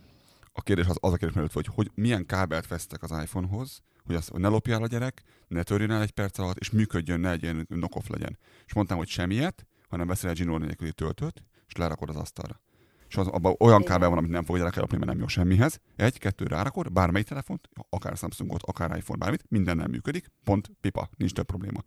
a kérdés az, az a kérdés merült, hogy, hogy milyen kábelt vesztek az iPhonehoz, hogy, az, hogy ne lopjál a gyerek, ne törjön el egy perc alatt, és működjön, ne egy ilyen knock-off legyen. És mondtam, hogy semmiet, hanem veszel egy zsinór nélküli töltőt, és lerakod az asztalra. És az, abban olyan kábel van, amit nem fog a gyerek ellopni, mert nem jó semmihez. Egy, kettő rárakod, bármely telefont, akár Samsungot, akár iPhone, bármit, minden nem működik, pont, pipa, nincs több probléma.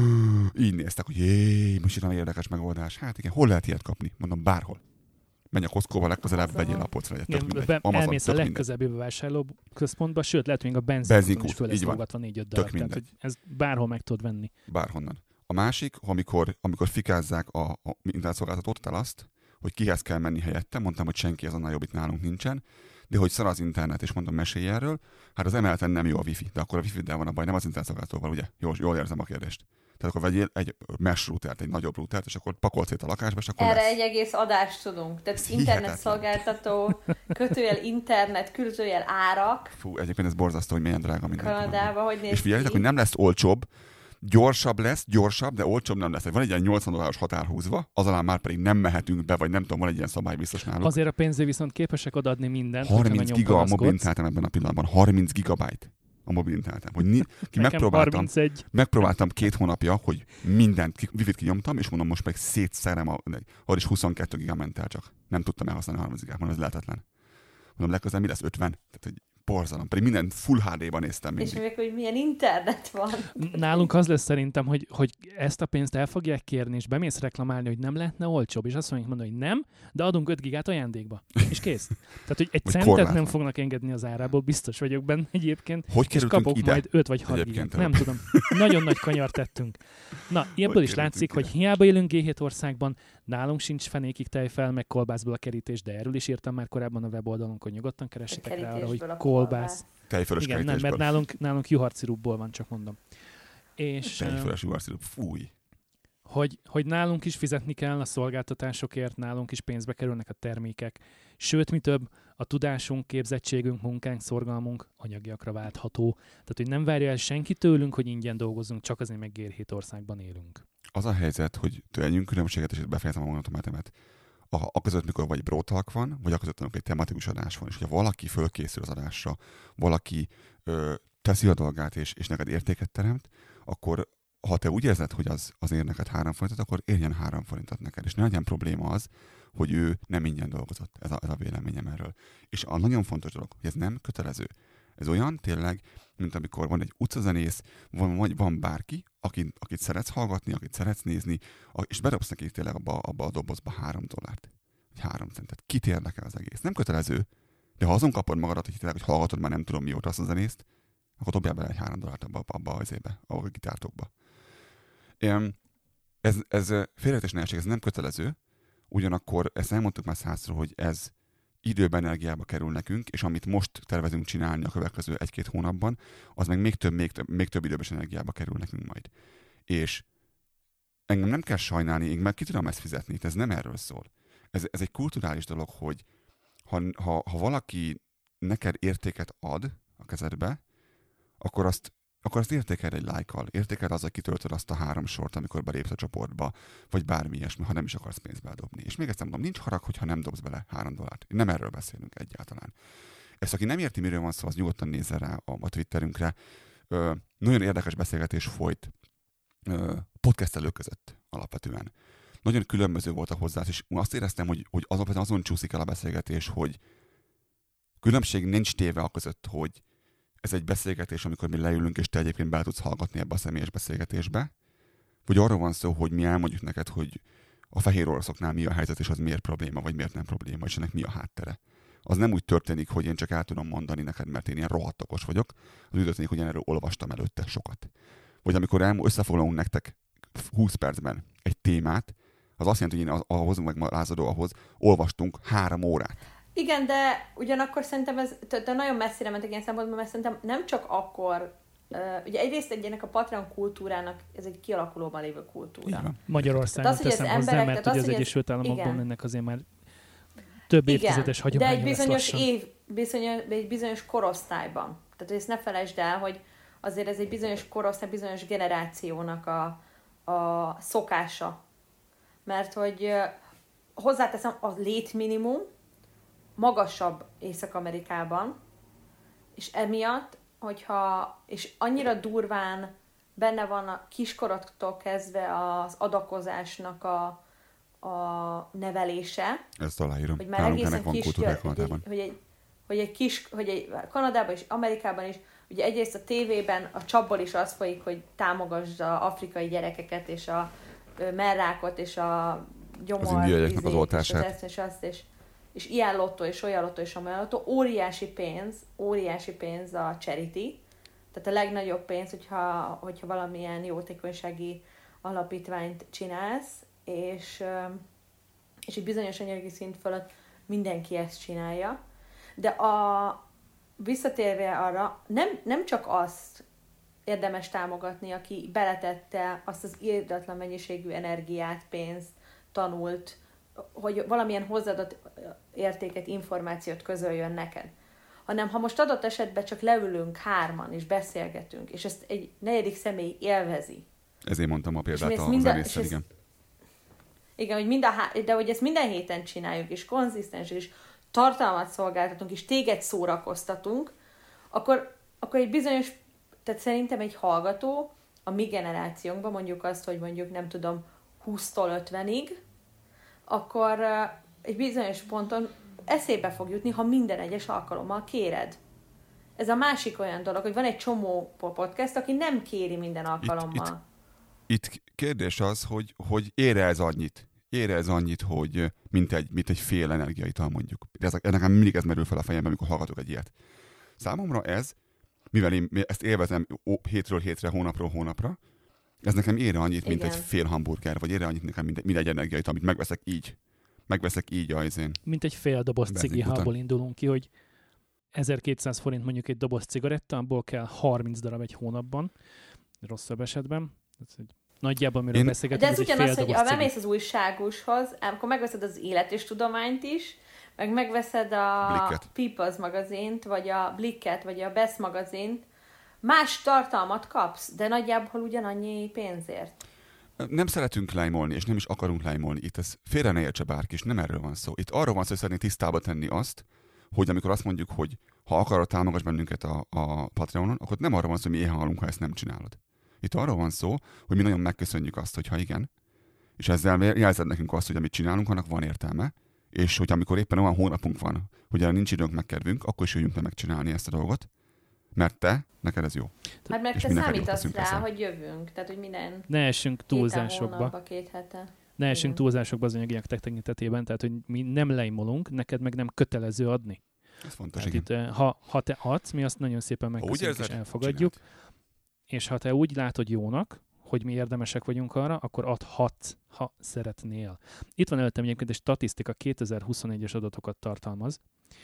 Így néztek, hogy jé, most itt érdekes megoldás. Hát igen, hol lehet ilyet kapni? Mondom, bárhol. Menj a Costco-ba legközelebb, vegyél a polcra egyet. Tök mindegy. Be, Amazon, elmész a legközelebbi bevásárlóközpontba, sőt, lehet, hogy még a benzinkúton is föl lesz fogatva négy-öt darab. Tehát, hogy ez bárhol meg tudod venni. Bárhonnan. A másik, amikor, amikor fikázzák a, a internetszolgáltatót, azt, hogy kihez kell menni helyette, mondtam, hogy senki az annál jobb itt nálunk nincsen, de hogy szar az internet, és mondom, mesélj erről, hát az emeleten nem jó a wifi, de akkor a wifi-del van a baj, nem az internetszolgáltatóval, ugye? Jól, jól érzem a kérdést. Tehát akkor vegyél egy mesh routert, egy nagyobb routert, és akkor pakolsz szét a lakásba, és akkor erre lesz. Egy egész adást tudunk. Tehát internetszolgáltató, kötőjel internet, kötőjel árak. Fú, egyébként ez borzasztó, hogy milyen drága minden. Kanadába, hogy néz és figyeljetek, hogy nem lesz olcsóbb, gyorsabb lesz, gyorsabb, de olcsóbb nem lesz. Van egy ilyen nyolcvan dolláros határ húzva, az alá már pedig nem mehetünk be, vagy nem tudom, van egy ilyen szabály biztos náluk. Azért a pénzé viszont képesek odaadni mindent. harminc giga a mobil internetem ebben a pillanatban. harminc gigabyte a mobil internetem. Hogy ni- ki megpróbáltam, harmincegy. megpróbáltam két hónapja, hogy mindent, ki, wifi-t kinyomtam, és mondom, most meg szétszerem, ahol is huszonkettő giga ment el csak. Nem tudtam elhasználni harminc gigát, mondom, ez lehetetlen. Mondom, legközelebb mi lesz ötven? Tehát, hogy borzalom. Pedig minden full há dé-ban néztem mindig. És még, hogy milyen internet van. Nálunk az lesz szerintem, hogy, hogy ezt a pénzt el fogják kérni, és bemész reklamálni, hogy nem lehetne olcsóbb, és azt fogják mondani, hogy nem, de adunk öt gigát ajándékba. És kész. Tehát, hogy egy centet korlátlan. nem fognak engedni az árából, biztos vagyok benne egyébként. Hogy és kapok ide? majd öt vagy hat gigát. Nem tudom. Nagyon nagy kanyart tettünk. Na, ebből is látszik, ide? Hogy hiába élünk gé hét országban, nálunk sincs fenékig tejfel, meg kolbászból a kerítés, de erről is írtam már korábban a weboldalunkon, nyugodtan keressetek rá arra, hogy kolbász. Tejfölös igen, nem, mert nálunk, nálunk juharcirupból van, csak mondom. És, Tejfölös juharcirup, fúj. Hogy, hogy nálunk is fizetni kell a szolgáltatásokért, nálunk is pénzbe kerülnek a termékek. Sőt, mi több, a tudásunk, képzettségünk, munkánk, szorgalmunk anyagiakra váltható. Tehát, hogy nem várja el senki tőlünk, hogy ingyen dolgozunk, csak azért meg gé hét országban élünk. Az a helyzet, hogy tegyünk különbséget, és befejezem a mondatometemet. A, a között, mikor vagy brótalk van, vagy a között, amikor egy tematikus adás van, és hogyha valaki fölkészül az adásra, valaki ö, teszi a dolgát, és, és neked értéket teremt, akkor ha te úgy érzed, hogy az, az ér neked három forintot, akkor érjen három forintot neked. És ne legyen probléma az, hogy ő nem ingyen dolgozott. Ez a, ez a véleményem erről. És a nagyon fontos dolog, hogy ez nem kötelező. Ez olyan tényleg, mint amikor van egy utcazenész, van, van, van bárki, akit, akit szeretsz hallgatni, akit szeretsz nézni, és bedobsz neki tényleg abba, abba a dobozba három dollárt, vagy három centet. Kit érdekel az egész? Nem kötelező, de ha azon kapod magadat, hogy tényleg, hogy hallgatod már nem tudom mióta azt a zenészt, akkor dobjál bele egy három dollárt abba, abba az ébe, abba a gitártokba. Ez, ez félreértés ne essék, ez nem kötelező, ugyanakkor ezt elmondtuk már százszor, hogy ez időben, energiába kerül nekünk, és amit most tervezünk csinálni a következő egy-két hónapban, az meg még több, még több, még több időben és energiába kerül nekünk majd. És engem nem kell sajnálni, én meg ki tudom ezt fizetni, ez nem erről szól. Ez, ez egy kulturális dolog, hogy ha, ha, ha valaki neked értéket ad a kezedbe, akkor azt, akkor azt értékel egy lájkkal, értékel az, hogy kitöltöd azt a három sort, amikor belépsz a csoportba, vagy bármi ilyesmi, ha nem is akarsz pénzbe dobni. És még ezt mondom, nincs harag, hogyha nem dobsz bele három dollárt. Nem erről beszélünk egyáltalán. Ezt, aki nem érti, miről van szó, az nyugodtan nézze rá a, a Twitterünkre. Ö, nagyon érdekes beszélgetés folyt ö, podcastelők között alapvetően. Nagyon különböző volt a hozzá, és azt éreztem, hogy, hogy alapvetően azon csúszik el a beszélgetés, hogy különbség nincs téve a között, hogy ez egy beszélgetés, amikor mi leülünk, és te egyébként bele tudsz hallgatni ebbe a személyes beszélgetésbe, vagy arról van szó, hogy mi elmondjuk neked, hogy a fehér oroszoknál mi a helyzet, és az miért probléma, vagy miért nem probléma, és ennek mi a háttere. Az nem úgy történik, hogy én csak el tudom mondani neked, mert én ilyen rohadt okos vagyok, az úgy történik, hogy én erről olvastam előtte sokat. Vagy amikor el, összefoglalunk nektek húsz percben egy témát, az azt jelenti, hogy én ahhoz, meg lázadó ahhoz olvastunk három órát. Igen, de ugyanakkor szerintem ez de nagyon messzire mentek ilyen szempontból, mert szerintem nem csak akkor, uh, ugye egyrészt egyének a Patreon kultúrának ez egy kialakulóban lévő kultúra. Magyarországon az, teszem hozzá, emberek, mert ugye az, az Egyesült Államokban ennek azért már több évtizedes hagyománya de egy bizonyos lesz év, bizonyos, egy bizonyos korosztályban. Tehát ezt ne felejtsd el, hogy azért ez egy bizonyos korosztály, bizonyos generációnak a, a szokása. Mert hogy uh, hozzáteszem, a létminimum magasabb Észak-Amerikában, és emiatt, hogyha, és annyira durván benne van a kiskorodtól kezdve az adakozásnak a, a nevelése. Ezt aláírom. Hogy már egészen kis, hogy, hogy, egy, hogy egy kis, hogy egy Kanadában és Amerikában is, ugye egyrészt a tévében a csapból is az folyik, hogy támogasd az afrikai gyerekeket, és a merrákot, és a gyomor, az indiaiaknak az oltását. És, és azt, és és ilyen lottó, és olyan lottó, és olyan lottó, óriási pénz, óriási pénz a charity, tehát a legnagyobb pénz, hogyha, hogyha valamilyen jótékonysági alapítványt csinálsz, és, és egy bizonyos anyagi szint fölött mindenki ezt csinálja. De a, visszatérve arra, nem, nem csak azt érdemes támogatni, aki beletette azt az irdatlan mennyiségű energiát, pénzt, tanult, hogy valamilyen hozzáadott értéket, információt közöljön neked. Hanem ha most adott esetben csak leülünk hárman és beszélgetünk, és ezt egy negyedik személy élvezi. Ezért mondtam a példát a zenésszel, igen. Igen, hogy mind a há- de hogy ezt minden héten csináljuk, és konzisztens, és tartalmat szolgáltatunk, és téged szórakoztatunk, akkor, akkor egy bizonyos, tehát szerintem egy hallgató a mi generációnkban, mondjuk azt, hogy mondjuk nem tudom, húsztól ötvenig, akkor egy bizonyos ponton eszébe fog jutni, ha minden egyes alkalommal kéred. Ez a másik olyan dolog, hogy van egy csomó podcast, aki nem kéri minden alkalommal. Itt, itt, itt kérdés az, hogy, hogy ér ez annyit? Ér ez annyit, hogy mint egy, mint egy fél energiaital mondjuk. Ez, nekem mindig ez merül fel a fejemben, amikor hallgatok egy ilyet. Számomra ez, mivel én ezt élvezem hétről hétre, hónapról hónapra, ez nekem ér annyit, mint igen. egy fél hamburger, vagy ér annyit nekem, mint egy, mint egy energiait, amit megveszek így. Megveszek így ajzén. Mint egy fél doboz cigi, ha abból indulunk ki, hogy ezerkétszáz forint mondjuk egy doboz cigaretta, abból kell harminc darab egy hónapban, rosszabb esetben. Ez egy nagyjából miről Én... beszélgetünk, de ez, ez ugyanaz, hogy ha bemész az újságoshoz, akkor megveszed az Élet és Tudományt is, meg megveszed a Blikket. People's magazint, vagy a Blikket, vagy a Best magazint, más tartalmat kapsz, de nagyjából ugyanannyi pénzért. Nem szeretünk lájmolni, és nem is akarunk lájmolni. Itt ez félre ne értse bárki, és nem erről van szó. Itt arról van szó, hogy szeretnénk tisztába tenni azt, hogy amikor azt mondjuk, hogy ha akarod támogass bennünket a, a Patreonon, akkor nem arról van szó, hogy mi éhen halunk, ha ezt nem csinálod. Itt arról van szó, hogy mi nagyon megköszönjük azt, hogyha igen, és ezzel jelzed nekünk azt, hogy amit csinálunk, annak van értelme, és hogy amikor éppen olyan hónapunk van, hogy erre nincs időnk, meg kedvünk, akkor is jöjjünk le megcsinálni ezt a dolgot, Mert te, neked ez jó. Hát mert te számítasz rá, persze. hogy jövünk. Tehát, hogy minden ne essünk túlzásokba. Két hónapba, két hete. Ne essünk túlzásokba az anyagiak tekintetében, tehát, hogy mi nem leimolunk, neked meg nem kötelező adni. Ez fontos, itt, ha, ha te adsz, mi azt nagyon szépen megköszönjük és elfogadjuk, csináld. És ha te úgy látod jónak, hogy mi érdemesek vagyunk arra, akkor adhatsz, ha szeretnél. Itt van előttem egyébként egy statisztika, kétezer-huszonegyes adatokat tartalmaz,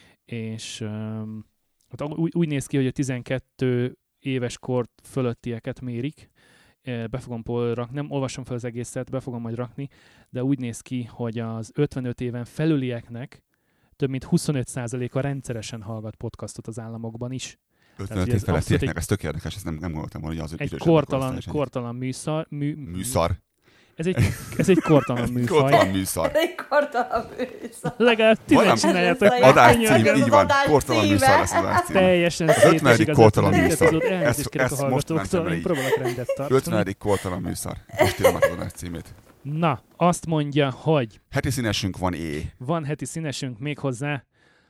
és um, hát úgy, úgy néz ki, hogy a tizenkét éves kor fölöttieket mérik. Be fogom rakni, nem olvasom fel az egészet, be fogom majd rakni, de úgy néz ki, hogy az ötvenöt éven felülieknek több mint huszonöt százaléka rendszeresen hallgat podcastot az államokban is. ötvenöt év felettieknek, ez tök érdekes, ezt nem, nem gondoltam volna, hogy az egy kortalan, kortalan műszar. Mű, műszar. Ez egy, ez egy kortalan műfaj. Kortalan műszar. Ez egy kortalan műszar. Legalább tünet csináljátok. Adáscím, így van. Kortalan műszar lesz az adáscím. Teljesen szétesik az kortalan műszar. Elnézést kérek a hallgatóktól, én próbálok rendet tartani. ötvenedik kortalan műszar. Most írom az adáscímét. Na, azt mondja, hogy... Heti színesünk van é. Van heti színesünk még hozzá,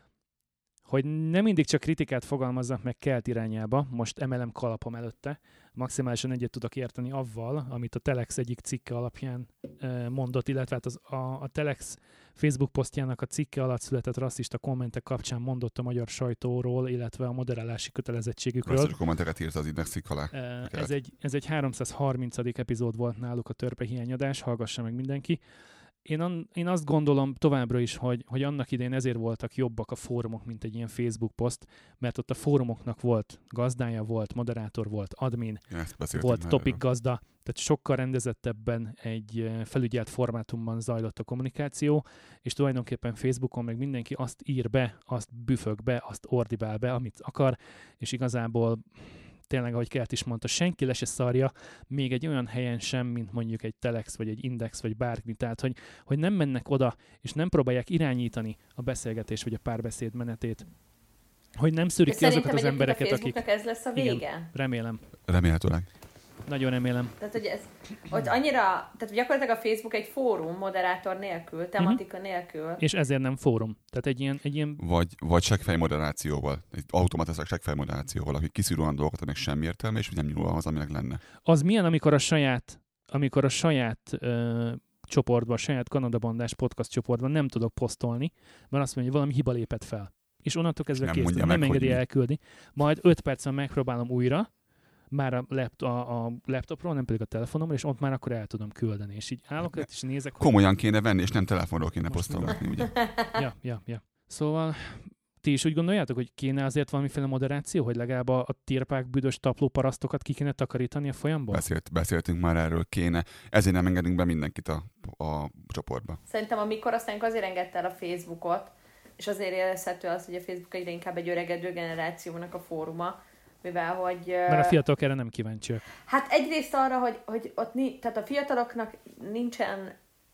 hogy nem mindig csak kritikát fogalmazzak meg kelt irányába, most emelem kalapom előtte, maximálisan egyet tudok érteni avval, amit a Telex egyik cikke alapján e, mondott, illetve hát az, a, a Telex Facebook posztjának a cikke alatt született rasszista kommentek kapcsán mondott a magyar sajtóról, illetve a moderálási kötelezettségükről. Rasszista kommenteket írt az Index cikk alá. E, ez, egy, ez egy háromszázharmincadik epizód volt náluk a törpe hiányadás, hallgassa meg mindenki. Én, an, én azt gondolom továbbra is, hogy, hogy annak idején ezért voltak jobbak a fórumok, mint egy ilyen Facebook poszt, mert ott a fórumoknak volt gazdája, volt moderátor, volt admin, volt topic gazda, tehát sokkal rendezettebben egy felügyelt formátumban zajlott a kommunikáció, és tulajdonképpen Facebookon meg mindenki azt ír be, azt büfög be, azt ordibál be, amit akar, és igazából tényleg, ahogy Kert is mondta, senki le se szarja, még egy olyan helyen sem, mint mondjuk egy Telex, vagy egy Index, vagy bármi. Tehát, hogy, hogy nem mennek oda, és nem próbálják irányítani a beszélgetés, vagy a párbeszéd menetét. Hogy nem szűrik ki azokat az embereket, akik... ez lesz a vége? Igen, remélem. Remélhetőleg. Nagyon remélem. Tehát, hogy ez, hogy annyira, tehát gyakorlatilag a Facebook egy fórum moderátor nélkül, tematika uh-huh. nélkül. És ezért nem fórum. Tehát egy ilyen... Egy ilyen... Vagy, vagy seggfej moderációval. Egy automatikus seggfej moderációval, aki kiszűr olyan dolgokat, aminek semmi értelme, és nem nyúl ahhoz, aminek lenne. Az milyen, amikor a saját, amikor a saját ö, csoportban, a saját Kanadabandás podcast csoportban nem tudok posztolni, mert azt mondja, hogy valami hiba lépett fel. És onnantól kezdve kész, nem, nem engedi elküldi. Majd öt percen megpróbálom újra, már a, lapt- a, a laptopról, nem pedig a telefonomról, és ott már akkor el tudom küldeni. És így állok, és nézek, hogy... Komolyan kéne venni, és nem telefonról kéne posztolgatni, ugye? Ja, ja, ja. Szóval ti is úgy gondoljátok, hogy kéne azért valamiféle moderáció, hogy legalább a, a tirpák, büdös taplóparasztokat ki kéne takarítani a folyamból? Beszélt, beszéltünk már erről, kéne. Ezért nem engedünk be mindenkit a, a csoportba. Szerintem amikor aztán azért engedte el a Facebookot, és azért érezhető az, hogy a Facebook egyre inkább egy öregedő generációnak a fóruma, mivel hogy... Mert a fiatalok erre nem kíváncsiak. Hát egyrészt arra, hogy, hogy ott ni, tehát a fiataloknak nincsen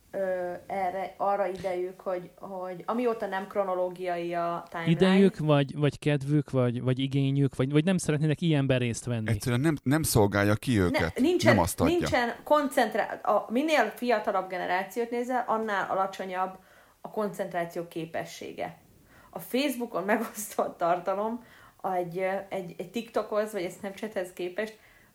ö, erre, arra idejük, hogy, hogy amióta nem kronológiai a timeline... Idejük, vagy, vagy kedvük, vagy, vagy igényük, vagy, vagy nem szeretnének ilyenben részt venni. Egyszerűen nem, nem szolgálja ki őket, ne, nincsen, nem azt adja. Nincsen koncentrá... A, minél fiatalabb generációt nézel, annál alacsonyabb a koncentráció képessége. A Facebookon megosztott tartalom egy, egy, egy TikTokhoz, vagy egy Snapchathez képest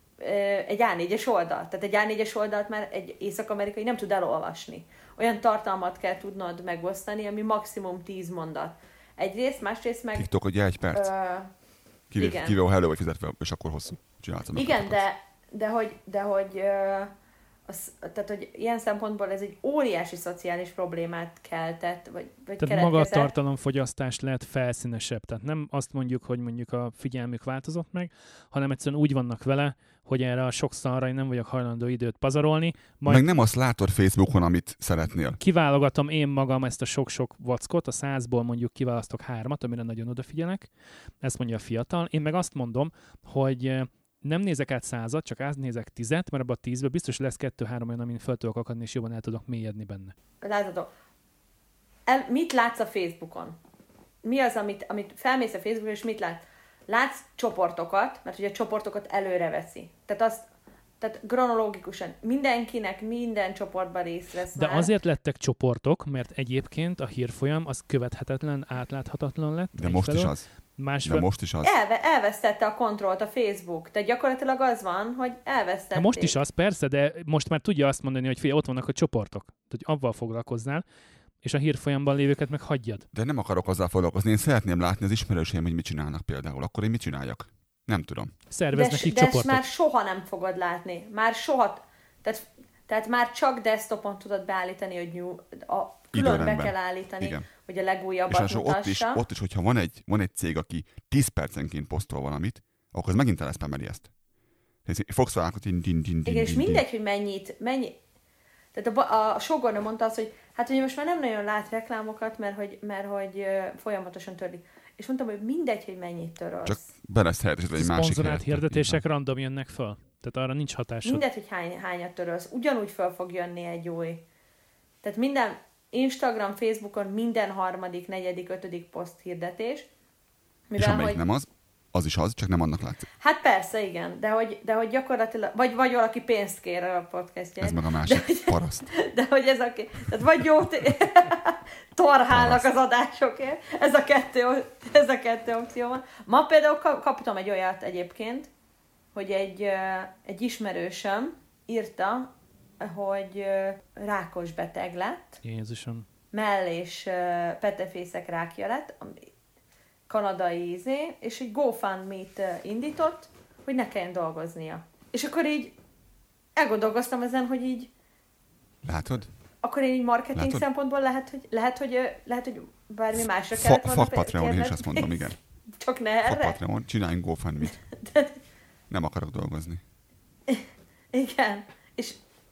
egy á négyes oldal. Tehát egy á négyes oldalt már egy észak-amerikai nem tud elolvasni. Olyan tartalmat kell tudnod megosztani, ami maximum tíz mondat. Egyrészt, másrészt meg... TikTok ugye egy perc. Ö, Kivéve, kivéve a hello vagy fizetve, és akkor hosszú. Csináltam. Igen, de, de hogy, de hogy ö, az, tehát, hogy ilyen szempontból ez egy óriási szociális problémát keltett, vagy, vagy tehát maga a tartalomfogyasztás lehet felszínesebb. Tehát nem azt mondjuk, hogy mondjuk a figyelmük változott meg, hanem egyszerűen úgy vannak vele, hogy erre a sok szarra én nem vagyok hajlandó időt pazarolni. Majd meg nem azt látod Facebookon, amit szeretnél. Kiválogatom én magam ezt a sok-sok vackot, a százból mondjuk kiválasztok hármat, amire nagyon odafigyelek. Ezt mondja a fiatal. Én meg azt mondom, hogy nem nézek át százat, csak átnézek tizet, mert abban a tízből biztos lesz kettő-három olyan, amin fel tudok akadni, és jobban el tudok mélyedni benne. Látod, el, mit látsz a Facebookon? Mi az, amit, amit felmész a Facebookon, és mit látsz? Látsz csoportokat, mert ugye a csoportokat előre veszi. Tehát azt, tehát kronológikusan mindenkinek minden csoportban részt vesz. De már. Azért lettek csoportok, mert egyébként a hírfolyam az követhetetlen, átláthatatlan lett. De most felől. is az. Más De most is az. Elve, elvesztette a kontrollt a Facebook. Tehát gyakorlatilag az van, hogy elvesztették. Hát most is az, persze, de most már tudja azt mondani, hogy figyelj, ott vannak a csoportok. Tehát avval foglalkoznál, és a hírfolyamban lévőket meg hagyjad. De nem akarok azzal foglalkozni. Én szeretném látni az ismerőseim, hogy mit csinálnak például. Akkor én mit csináljak? Nem tudom. Szerveznek de, így de csoportot. De már soha nem fogod látni. Már soha. Tehát, tehát már csak desktopon tudod beállítani, hogy new, a külön be kell állítani, igen. Hogy a legújabbat és mutassa. Ott is, ott is, hogyha van egy, van egy cég, aki tíz percenként posztol valamit, akkor ez megint eleszpemeli ezt. Fogsz találkozni, din, din, din, igen, és din, mindegy, hogy mennyit, mennyi... Tehát a, a sógornő mondta azt, hogy hát ugye most már nem nagyon lát reklámokat, mert hogy, mert hogy folyamatosan törlik. És mondtam, hogy mindegy, hogy mennyit törölsz. Csak be lesz helyettesítve egy másik szponzorált hirdetések random jönnek föl. Tehát arra nincs hatásod. Mindegy, hogy hány, hányat törölsz. Ugyanúgy föl fog jönni egy új. Tehát minden Instagram, Facebookon minden harmadik, negyedik, ötödik poszt hirdetés. Mivel, és amelyik hogy... nem az, az is az, csak nem annak látszik. Hát persze, igen. De hogy, de hogy gyakorlatilag, vagy, vagy valaki pénzt kér a podcastján. Ez meg a másik, de, paraszt. De hogy ez a, tehát vagy jó t- torhálnak az adásokért. Ez a kettő, ez a kettő opció van. Ma például kaptam egy olyat egyébként, hogy egy, egy ismerősöm írta, hogy rákos beteg lett. Jézusom. Mellés petefészek rákja lett, kanadai ízé, és egy GoFundMe-t indított, hogy ne kelljen dolgoznia. És akkor így elgondolkoztam ezen, hogy így... Látod? Akkor én így marketing Látod? szempontból lehet, hogy, lehet, hogy, lehet, hogy bármi másra kellett volna... Fuck Patreon, én is azt mondom, igen. Csak ne erre? Fuck Patreon, csináljunk GoFundMe-t. Nem akarok dolgozni. Igen. És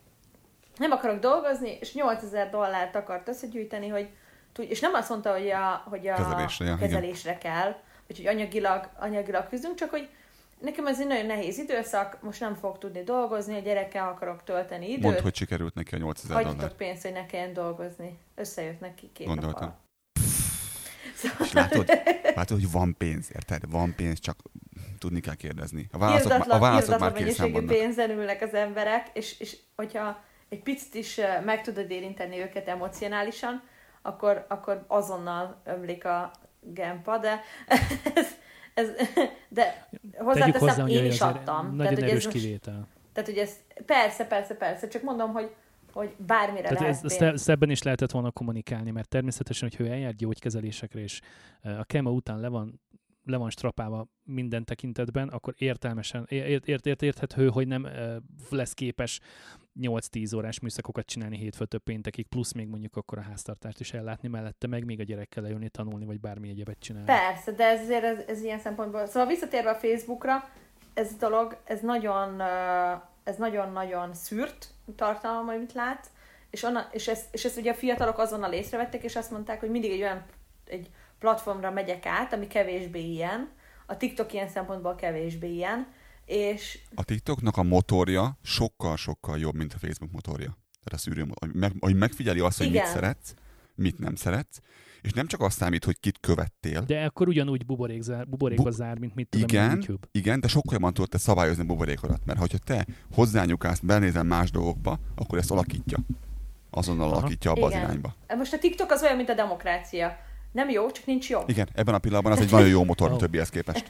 nem akarok dolgozni, és nyolcezer dollárt akart összegyűjteni, hogy és nem azt mondta, hogy a, hogy a kezelésre, ja, kezelésre kell, vagy hogy anyagilag, anyagilag küzdünk, csak hogy nekem ez egy nagyon nehéz időszak, most nem fogok tudni dolgozni, a gyerekkel akarok tölteni időt. Mondd, hogy sikerült neki a nyolcezer dollár. Hagyjatok pénzt, hogy ne kelljen dolgozni. Összejött neki két Gondoltam. nap Szóval... És látod, látod, hogy van pénz, érted? Van pénz, csak tudni kell kérdezni. A válaszok, a válaszok már készen vannak. Pénzen ülnek az emberek, és, és hogyha egy picit is meg tudod érinteni őket emocionálisan, akkor, akkor azonnal ömlik a gempa, de ez, ez, de hozzáteszem, hozzá, én is adtam. Nagyon tehát, erős ez kivétel. Most, tehát, hogy ez persze, persze, persze, csak mondom, hogy, hogy bármire tehát lehet ez, ezt ebben is lehetett volna kommunikálni, mert természetesen, hogy ő eljár gyógykezelésekre, és a kema után le van, le van strapálva minden tekintetben, akkor értelmesen, ért, ért, ért, érthető, hogy nem lesz képes nyolc-tíz órás műszakokat csinálni hétfőtől péntekig, plusz még mondjuk akkor a háztartást is ellátni mellette, meg még a gyerekkel lejönni, tanulni, vagy bármi egyebet csinálni. Persze, de ez azért ez, ez ilyen szempontból. Szóval visszatérve a Facebookra, ez a dolog, ez nagyon, ez nagyon-nagyon szűrt tartalom, amit látsz, és, onna, és, ezt, és ezt ugye a fiatalok azonnal észrevettek, és azt mondták, hogy mindig egy olyan egy platformra megyek át, ami kevésbé ilyen. A TikTok ilyen szempontból kevésbé ilyen. És... A TikToknak a motorja sokkal-sokkal jobb, mint a Facebook motorja. Tehát a szűrő, meg, hogy megfigyeli azt, hogy igen. mit szeretsz, mit nem szeretsz, és nem csak azt számít, hogy kit követtél. De akkor ugyanúgy buborékba Bu- zár, mint mit tudom, igen, YouTube. Igen, de sokkal jobban tudod te szabályozni a buborékodat, mert ha te hozzányukálsz, benézel más dolgokba, akkor ezt alakítja. Azonnal Aha. alakítja abba igen. az irányba. Most a TikTok az olyan, mint a demokrácia. Nem jó, csak nincs jó. Igen, ebben a pillanatban az egy nagyon jó motor a többihez képest.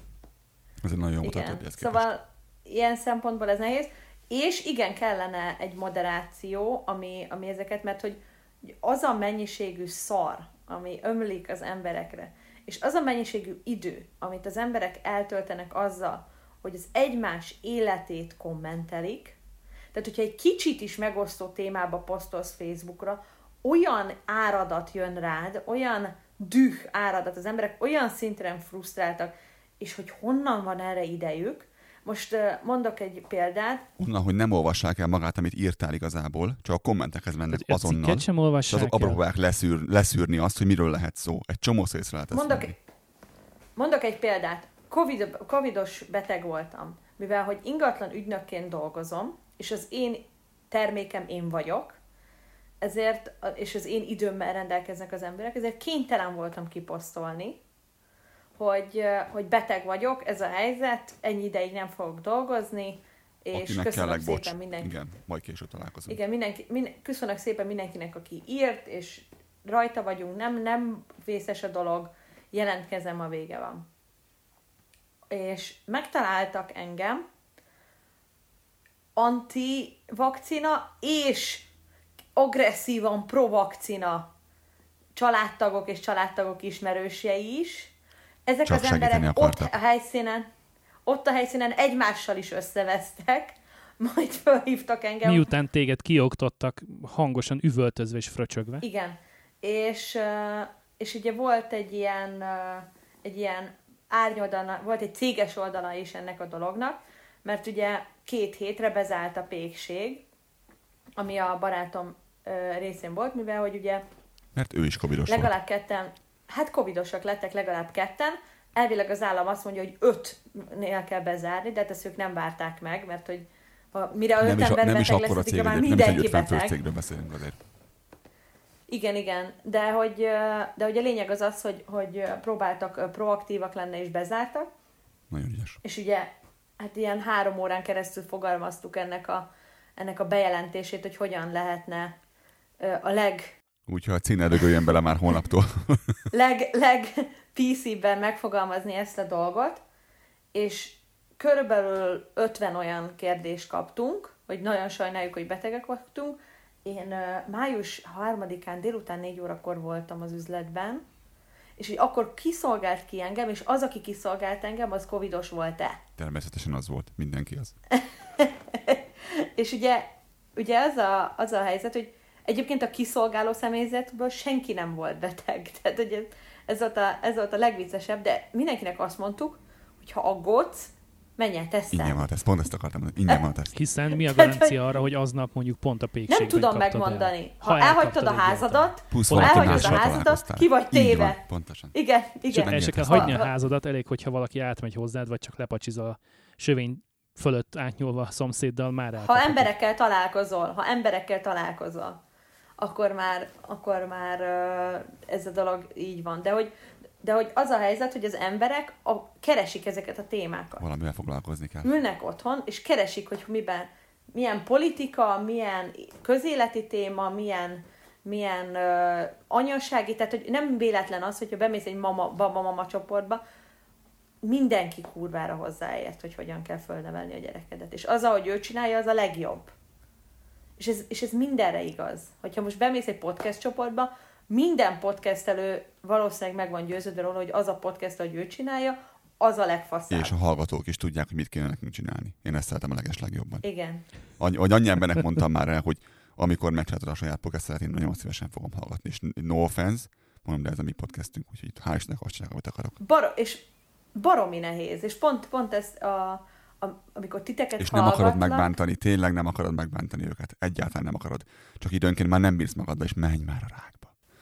Ez egy nagyon jó motor a többihez képest. Szóval ilyen szempontból ez nehéz. És igen, kellene egy moderáció, ami, ami ezeket, mert hogy az a mennyiségű szar, ami ömlik az emberekre, és az a mennyiségű idő, amit az emberek eltöltenek azzal, hogy az egymás életét kommentelik, tehát hogyha egy kicsit is megosztó témába posztolsz Facebookra, olyan áradat jön rád, olyan düh áradat, az emberek olyan szinten frusztráltak, és hogy honnan van erre idejük. Most uh, mondok egy példát. Onnan, hogy nem olvassák el magát, amit írtál igazából, csak a kommentekhez mennek egy azonnal, sem olvassák és azok abba próbálják leszűr, leszűrni azt, hogy miről lehet szó. Egy csomó szészre lehet ezt mondok, mondok egy példát. COVID, Covidos beteg voltam, mivel hogy ingatlan ügynökként dolgozom, és az én termékem én vagyok, ezért, és az én időmmel rendelkeznek az emberek, ezért kénytelen voltam kiposztolni, hogy, hogy beteg vagyok, ez a helyzet, ennyi ideig nem fogok dolgozni, és akinek köszönöm kellek, szépen bocs. mindenki. Igen, majd később találkozunk. Igen, mindenki, minden, köszönök szépen mindenkinek, aki írt, és rajta vagyunk, nem, nem vészes a dolog, jelentkezem, a vége van. És megtaláltak engem anti-vakcina és agresszívan pro-vakcina családtagok és családtagok ismerősei is. Ezek Csak az emberek ott akartak. a helyszínen, ott a helyszínen egymással is összevesztek, majd felhívtak engem. Miután téged kioktattak hangosan üvöltözve és fröcsögve. Igen. És, és ugye volt egy ilyen, egy ilyen árnyoldala, volt egy céges oldala is ennek a dolognak, mert ugye két hétre bezárt a pékség, ami a barátom részén volt, mivel hogy ugye mert ő is covidos legalább volt. ketten, hát covidosak lettek legalább ketten, elvileg az állam azt mondja, hogy ötnél kell bezárni, de hát ezt ők nem várták meg, mert hogy ha, mire Nem öt is, ember nem is beteg akkora lesz, cég, már nem is egy mindenki ötven fős beteg. cégről beszélünk azért. Igen, igen, de hogy, de hogy a lényeg az az, hogy, hogy próbáltak proaktívak lenni és bezártak. Nagyon ügyes. És ugye, hát ilyen három órán keresztül fogalmaztuk ennek a, ennek a bejelentését, hogy hogyan lehetne a leg... Úgyhogy a cég ne dögöljön bele már holnaptól. leg, leg pé cé-ben megfogalmazni ezt a dolgot, és körülbelül ötven olyan kérdést kaptunk, hogy nagyon sajnáljuk, hogy betegek voltunk. Én uh, május harmadikán délután négy órakor voltam az üzletben, és hogy akkor kiszolgált ki engem, és az, aki kiszolgált engem, az covidos volt-e. Természetesen az volt. Mindenki az. És ugye, ugye az, a, az a helyzet, hogy egyébként a kiszolgáló személyzetből senki nem volt beteg. Tehát ugye ez volt a, ez volt a legviccesebb, de mindenkinek azt mondtuk, hogy ha aggódsz, menj el tesztelni. Ingyen van a teszt. Pont ezt akartam mondani. Ingyen van a teszt. Hiszen mi a garancia arra, hogy aznap mondjuk pont a pékségben Nem tudom kaptad megmondani. el. Ha, ha elhagytad a elkaptad házadat, Plusz ha valaki elhagyod a mással házadat, találkoztál. ki vagy Így téve. van, pontosan. Igen, Sőt, igen. el se kell Mennyire hagyni a tesz? házadat, elég, hogyha valaki átmegy hozzád, vagy csak lepacsizol a sövény fölött átnyúlva a szomszéddal, már Ha elkaphatod. emberekkel találkozol, ha emberekkel találkozol, akkor már, akkor már ez a dolog így van. De hogy, de hogy az a helyzet, hogy az emberek a, keresik ezeket a témákat. Valamivel foglalkozni kell. Ülnek otthon, és keresik, hogy miben, milyen politika, milyen közéleti téma, milyen, milyen uh, anyasági, tehát hogy nem véletlen az, hogyha bemész egy mama, baba-mama csoportba, mindenki kurvára hozzáért, hogy hogyan kell fölnevelni a gyerekedet. És az, ahogy ő csinálja, az a legjobb. És ez, és ez mindenre igaz. Hogyha most bemész egy podcast csoportba, minden podcastelő valószínűleg meg van győződve róla, hogy az a podcast, ahogy ő csinálja, az a legfaszább. És a hallgatók is tudják, hogy mit kéne nekünk csinálni. Én ezt szeretem a legeslegjobban. Igen. Annyi, hogy annyi embernek mondtam már el, hogy amikor megcsináltad a saját podcastet, én nagyon szívesen fogom hallgatni. És no offense, mondom, de ez a mi podcastünk, úgyhogy hál' Istennek azt csinálok, amit akarok. Bar- és baromi nehéz. És pont, pont ez, a, a, amikor titeket És nem hallgatlak... akarod megbántani, tényleg nem akarod megbántani őket. Egyáltalán nem akarod. Csak időnként már nem bírsz magadba, és menj már a rákba.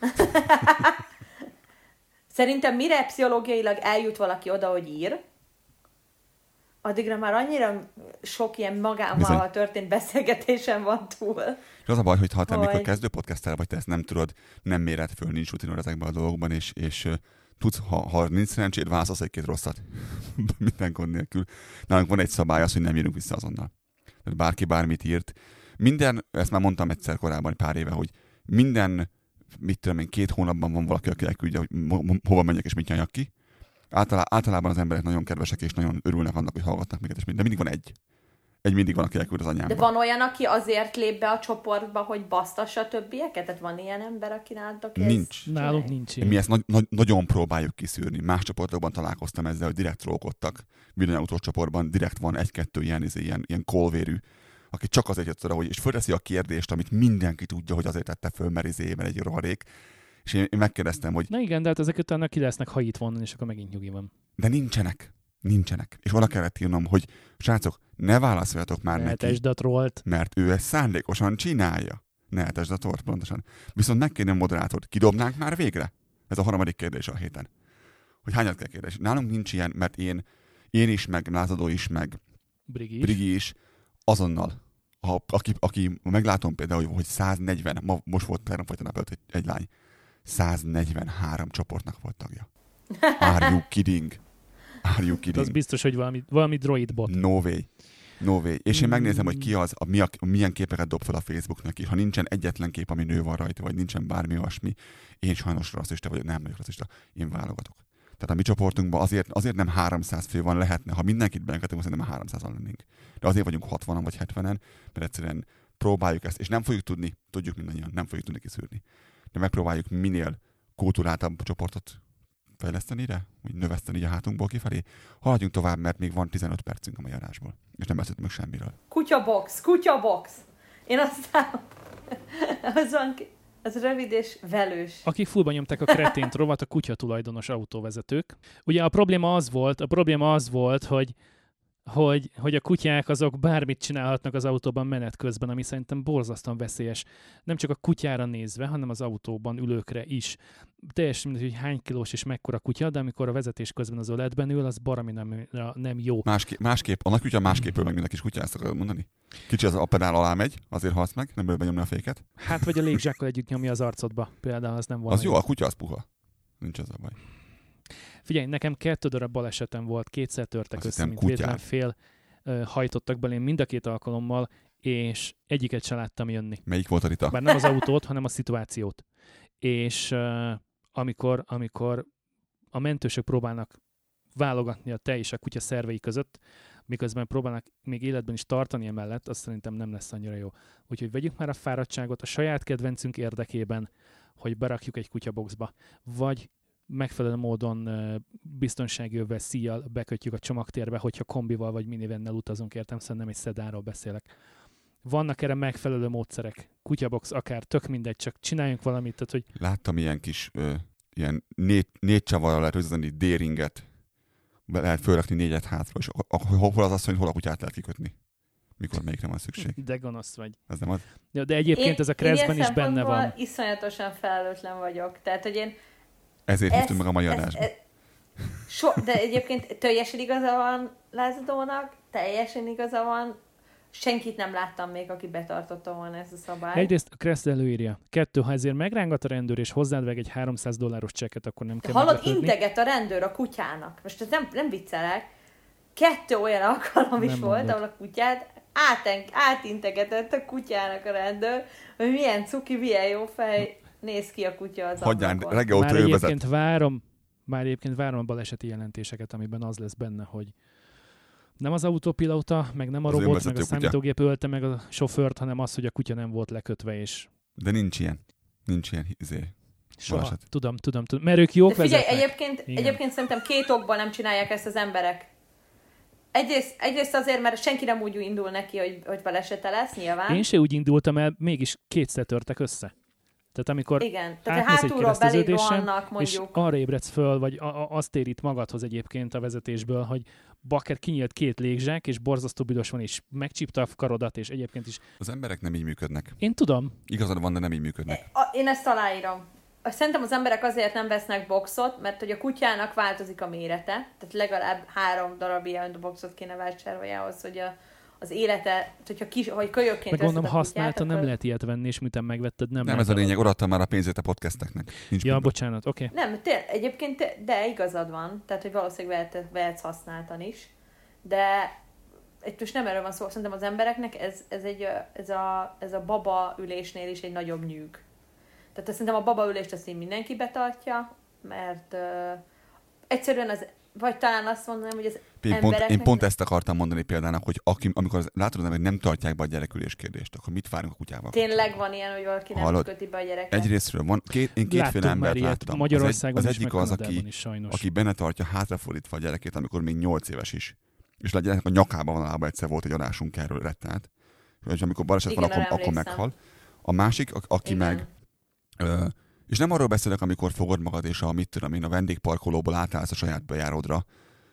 Szerintem mire pszichológiailag eljut valaki oda, hogy ír, addigra már annyira sok ilyen magával történt beszélgetésen van túl. És az a baj, hogy ha te Hogy... mikor kezdő podcastel vagy, te ezt nem tudod, nem méred föl, nincs rutinod ezekben a dolgokban, és, és uh, tudsz, ha, ha nincs szerencséd, válaszolsz egy-két rosszat. Minden gond nélkül. Nálunk van egy szabály az, hogy nem írunk vissza azonnal. Tehát bárki bármit írt. Minden, ezt már mondtam egyszer korábban, pár éve, hogy minden, mit tudom én, két hónapban van valaki, aki elküldje, hogy hova menjek és mit nyiljak ki. Általá, általában az emberek nagyon kedvesek és nagyon örülnek annak, hogy hallgatnak minket, és minden. De mindig van egy. Egy mindig van, aki elküld az anyámba. De van olyan, aki azért lép be a csoportba, hogy basztassa a többieket? Tehát van ilyen ember, aki nálatok ez... Nincs. Nálunk nincs ilyen. Mi ezt nagy, nagy, nagyon próbáljuk kiszűrni. Más csoportokban találkoztam ezzel, hogy direkt trollkodtak. Villanyautós csoportban direkt van egy-kettő ilyen, ilyen, ilyen kolvérű, aki csak azért jött oda, hogy és fölteszi a kérdést, amit mindenki tudja, hogy azért tette föl, mert izé, mert egy rohadék. És én, én megkérdeztem, hogy... Na igen, de hát ezek utána ki lesznek hajít vonnan, és akkor megint nyugi van. De nincsenek. Nincsenek. És oda kellett írnom, hogy srácok, ne válaszoljatok már Ne neki, tesd a trollt. mert ő ezt szándékosan csinálja. Ne tesd a trollt, pontosan. Viszont megkérném a moderátort, kidobnánk már végre? Ez a harmadik kérdés a héten. Hogy hányat kell kérdés? Nálunk nincs ilyen, mert én, én is, meg Lázadó is, meg Brigi is. Brigi is, azonnal. Ha, aki, aki meglátom például, hogy száznegyven, ma, most volt tegnap vagy tegnap előtt egy, egy lány, száznegyvenhárom csoportnak volt tagja. Are you kidding? Are you kidding? Az biztos, hogy valami, valami droid bot. No way. No way. És én megnézem, hogy ki az, a, mi a, milyen képeket dob fel a Facebooknak, és ha nincsen egyetlen kép, ami nő van rajta, vagy nincsen bármi olyasmi, én sajnos rasszista vagyok, nem vagyok rasszista, én válogatok. Tehát a mi csoportunkban azért, azért nem háromszáz fő van, lehetne, ha mindenkit beengedünk, szerintem háromszázan lennénk. De azért vagyunk hatvanan vagy hetvenen, mert egyszerűen próbáljuk ezt, és nem fogjuk tudni, tudjuk mindannyian, nem fogjuk tudni kiszűrni. De megpróbáljuk minél kulturáltabb csoportot fejleszteni ide, úgy növeszteni így a hátunkból kifelé. Haladjunk tovább, mert még van tizenöt percünk a mai adásból, és nem beszéltünk meg semmiről. Kutyabox, kutyabox! Én aztán... az van ki... Ez rövid és velős. Akik fullba nyomták a kretént rovat, a kutya tulajdonos autóvezetők. Ugye a probléma az volt, a probléma az volt, hogy, hogy, hogy a kutyák azok bármit csinálhatnak az autóban menet közben, ami szerintem borzasztóan veszélyes. Nem csak a kutyára nézve, hanem az autóban ülőkre is. Teljesen mindegy, hogy hány kilós és mekkora kutya, de amikor a vezetés közben az öletben ül, az baromi nem, nem jó. Másképp, másképp, a nagy kutya másképp öl meg, mint a kis kutya, ezt akarod mondani? Kicsi az a pedál alá megy, azért halsz meg, nem ből benyomni a féket. Hát vagy a légzsákkal együtt nyomja az arcodba, például az nem valami. Az jó, a kutya az puha. Nincs az a baj. Figyelj, nekem kettő darab balesetem volt, kétszer törtek azt össze, mint véletlen fél uh, hajtottak belém mind a két alkalommal, és egyiket se láttam jönni. Melyik volt a Rita? Bár nem az autót, hanem a szituációt. És uh, amikor, amikor a mentősök próbálnak válogatni a te és a kutya szervei között, miközben próbálnak még életben is tartani emellett, azt szerintem nem lesz annyira jó. Úgyhogy vegyük már a fáradtságot a saját kedvencünk érdekében, hogy berakjuk egy kutyaboxba, vagy megfelelő módon uh, biztonsági övvel, szíjjal bekötjük a csomagtérbe, hogyha kombival vagy minivennel utazunk, értem, szóval nem egy szedánról beszélek. Vannak erre megfelelő módszerek. Kutyabox akár, tök mindegy, csak csináljunk valamit. Tehát, hogy... Láttam ilyen kis, ö, ilyen négy, négy csavarral lehet rögzíteni D-ringet, be lehet fölrakni négyet hátra, és hol az asszony, hol a kutyát lehet kikötni. Mikor melyikre van szükség. De gonosz vagy. Ez nem az? Ja, de egyébként én, ez a Crashben is benne van. Iszonyatosan felelőtlen vagyok. Tehát, hogy én ezért hívtunk meg a mai adásba. So, de egyébként teljesen igaza van lázadónak, teljesen igaza van. Senkit nem láttam még, aki betartotta volna ezt a szabályt. Egyrészt a Kressz előírja. Kettő, ha ezért megrángat a rendőr, és hozzád veg egy háromszáz dolláros csekket, akkor nem kell hallod, integet a rendőr a kutyának. Most ez nem, nem viccelek. Kettő olyan alkalom is nem volt, ahol a kutyát áten, átintegetett a kutyának a rendőr, hogy milyen cuki, milyen jó fej néz ki a kutya az Hagyján, ablakon. reggel óta már ő egyébként vezet. várom, már egyébként várom a baleseti jelentéseket, amiben az lesz benne, hogy nem az autópilóta, meg nem a Az robot, meg a kutya. számítógép ölte meg a sofőrt, hanem az, hogy a kutya nem volt lekötve, és... De nincs ilyen. Nincs ilyen izé. Soha. Baleset. Tudom, tudom, tudom. Mert ők jók de figyelj, vezetnek. egyébként, egyébként szerintem két okból nem csinálják ezt az emberek. Egyrészt, egyrészt azért, mert senki nem úgy indul neki, hogy, hogy balesete lesz, nyilván. Én se úgy indultam el, mégis kétszer törtek össze. Tehát amikor igen, tehát átmész egy hátulról belé kereszteződésen, rohannak, és mondjuk. arra ébredsz föl, vagy a, a, azt érít magadhoz egyébként a vezetésből, hogy bakker kinyílt két légzsák, és borzasztó büdös van, és megcsípte a karodat, és egyébként is... Az emberek nem így működnek. Én tudom. Igazad van, de nem így működnek. A, én ezt aláírom. Szerintem az emberek azért nem vesznek boxot, mert hogy a kutyának változik a mérete, tehát legalább három darab ilyen boxot kéne vásárolni ahhoz, hogy a, az élete, hogyha kis, hogy kölyökként meg gondolom, veszed a használta, kutyát, nem akkor... lehet ilyet venni, és miután megvetted, nem Nem ez a lényeg, odaadtam már a pénzét a podcasteknek. Nincs ja, benne. bocsánat, oké. Okay. Nem, tél, egyébként, te, de igazad van, tehát hogy valószínűleg vehet, vehetsz használtan is, de itt most nem erről van szó, szerintem az embereknek ez, ez, egy, ez, a, ez a baba ülésnél is egy nagyobb nyűg. Tehát szerintem a babaülést azt így mindenki betartja, mert uh, egyszerűen az, vagy talán azt mondanám, hogy az én embereknek... Pont, én pont ezt akartam mondani példának, hogy aki, amikor az, látod, hogy nem tartják be a gyerekülés kérdést, akkor mit várunk a kutyával? Tényleg van ilyen, hogy valaki nem Hallod? köti be a gyereket? Egyrésztről van, két, én kétféle embert láttam. Magyarországon az, egy, az is, egyik az, aki, is, aki benne tartja hátrafordítva a gyerekét, amikor még nyolc éves is. És a gyereknek a nyakában van lába, egyszer volt egy adásunk erről rettenet. És amikor baleset van, akkor, akkor meghal. A másik, a, aki igen. meg Ö, és nem arról beszélek, amikor fogod magad, és a mit tudom én, a vendégparkolóból átállsz a saját bejáródra,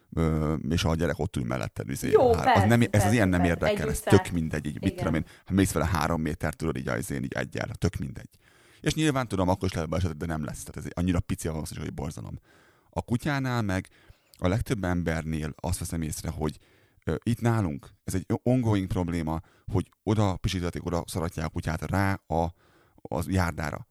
ö, és a gyerek ott ül melletted. Izé, Jó, hár, persze, az nem, ez persze, az ilyen nem persze, érdekel, ez tök mindegy, így, mit tudom én, ha mész vele három méter, tudod így azért így egyel, tök mindegy. És nyilván tudom, akkor is lehet baleset, de nem lesz, tehát ez annyira pici a valószínűség, hogy borzalom. A kutyánál meg a legtöbb embernél azt veszem észre, hogy ö, itt nálunk, ez egy ongoing probléma, hogy oda pisítetik, oda szaratják a kutyát rá a, az járdára.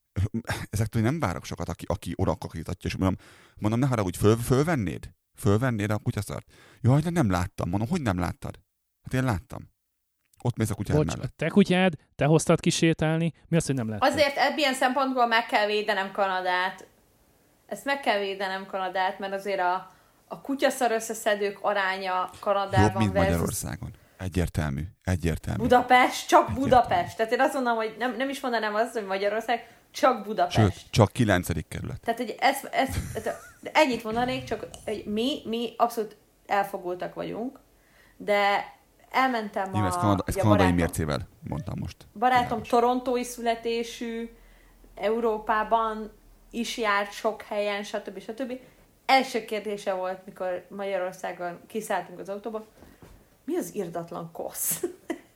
Ezektől nem várok sokat, aki, aki oda kakítatja, és mondom, mondom ne haragudj, föl, fölvennéd? Fölvennéd a kutyaszart? Jaj, de nem láttam. Mondom, hogy nem láttad? Hát én láttam. Ott mész a kutyád Bocs, mellett. a te kutyád, te hoztad kisétálni, mi az, hogy nem láttad? Azért ebből szempontból meg kell védenem Kanadát. ezt meg kell védenem Kanadát, mert azért a, a kutyaszar összeszedők aránya Kanadában jobb, mint versus... Magyarországon. Egyértelmű. Egyértelmű. Budapest, csak Egyértelmű. Budapest. Tehát én azt mondom, hogy nem, nem is mondanám azt, hogy Magyarország, csak Budapest. Sőt, csak kilencedik kerület. Tehát, hogy ez, ez, ez, ennyit mondanék, csak hogy mi, mi abszolút elfogultak vagyunk, de elmentem Jó, a... ez, Kanada, ez kanadai barátom, mércével mondtam most. Barátom Világos. Torontói születésű, Európában is járt sok helyen, stb. stb. Első kérdése volt, mikor Magyarországon kiszálltunk az autóba, mi az irdatlan kosz?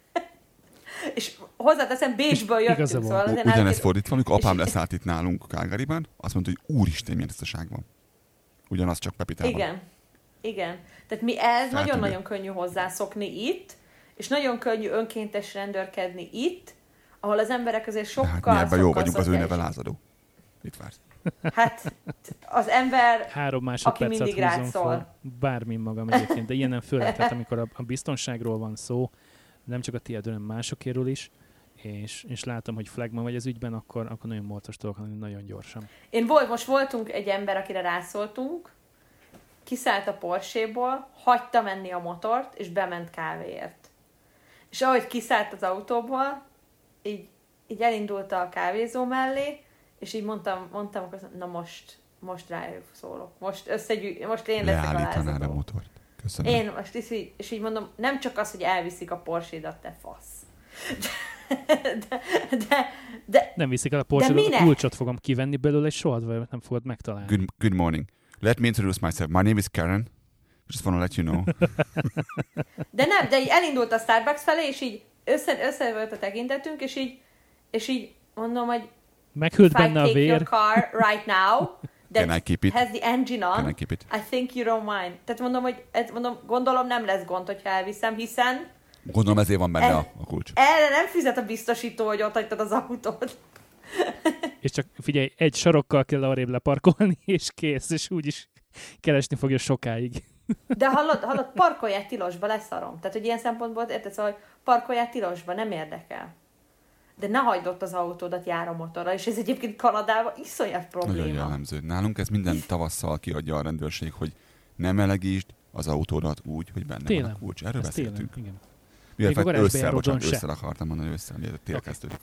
És hozzáteszem, Bécsből jöttünk, szóval... U- ugyanezt fordítva, amikor apám leszállt itt nálunk Calgaryban, azt mondta, hogy úristen, milyen tisztaság van. Ugyanaz csak Pepitában. Igen. Igen. Tehát mi ez nagyon-nagyon könnyű hozzászokni itt, és nagyon könnyű önkéntes rendőrkedni itt, ahol az emberek azért sokkal... Hát mi ebben jó vagyunk, az ő neve lázadó. Itt vársz. Hát az ember, Három aki másodpercet mindig rád húzom szól. fel, bármin magam egyébként, de ilyen nem főleg, tehát amikor a, a biztonságról van szó, nem csak a tiédről, hanem másokéről is, és, és látom, hogy flagman vagy az ügyben, akkor, akkor nagyon morcos dolog, hanem nagyon gyorsan. Én volt, most voltunk egy ember, akire rászóltunk, kiszállt a Porsche-ból, hagyta menni a motort, és bement kávéért. És ahogy kiszállt az autóból, így, így elindult a kávézó mellé, és így mondtam, mondtam akkor, na most, most rájuk szólok. Most összegyű, most én leszek a lázadó. a motort. Köszönöm. Én most is így, és így mondom, nem csak az, hogy elviszik a Porsche-dat, te fasz. De, de, de, de nem viszik el a Porsche-dat, a kulcsot fogom kivenni belőle, és soha nem fogod megtalálni. Good, good morning. Let me introduce myself. My name is Karen. Just want to let you know. De nem, de így elindult a Starbucks felé, és így össze, össze volt a tekintetünk, és így, és így mondom, hogy meghűlt benne a vér. Your car right now, that Can I keep it? has the engine on, Can I keep it? I think you don't mind. Tehát mondom, hogy mondom, gondolom nem lesz gond, hogyha elviszem, hiszen gondolom ezért van benne el, a, a kulcs. Erre nem fizet a biztosító, hogy ott hagytad az autót. És csak figyelj, egy sarokkal kell arrébb leparkolni, és kész, és úgyis keresni fogja sokáig. De hallod, hallod, parkoljál tilosba, leszarom. Tehát, hogy ilyen szempontból, érted, szóval, hogy parkoljál tilosba, nem érdekel. De ne hagyd ott az autódat járómotorra, és ez egyébként Kanadában iszonyat probléma. Nagyon jellemző. Nálunk ez minden tavasszal kiadja a rendőrség, hogy ne melegítsd az autódat úgy, hogy benne télen. van a kulcs. Erről ez beszéltünk. Télen, igen. Mivel ősszel, bocsánat, ősszel akartam mondani, ősszel, miért tél okay. kezdődik.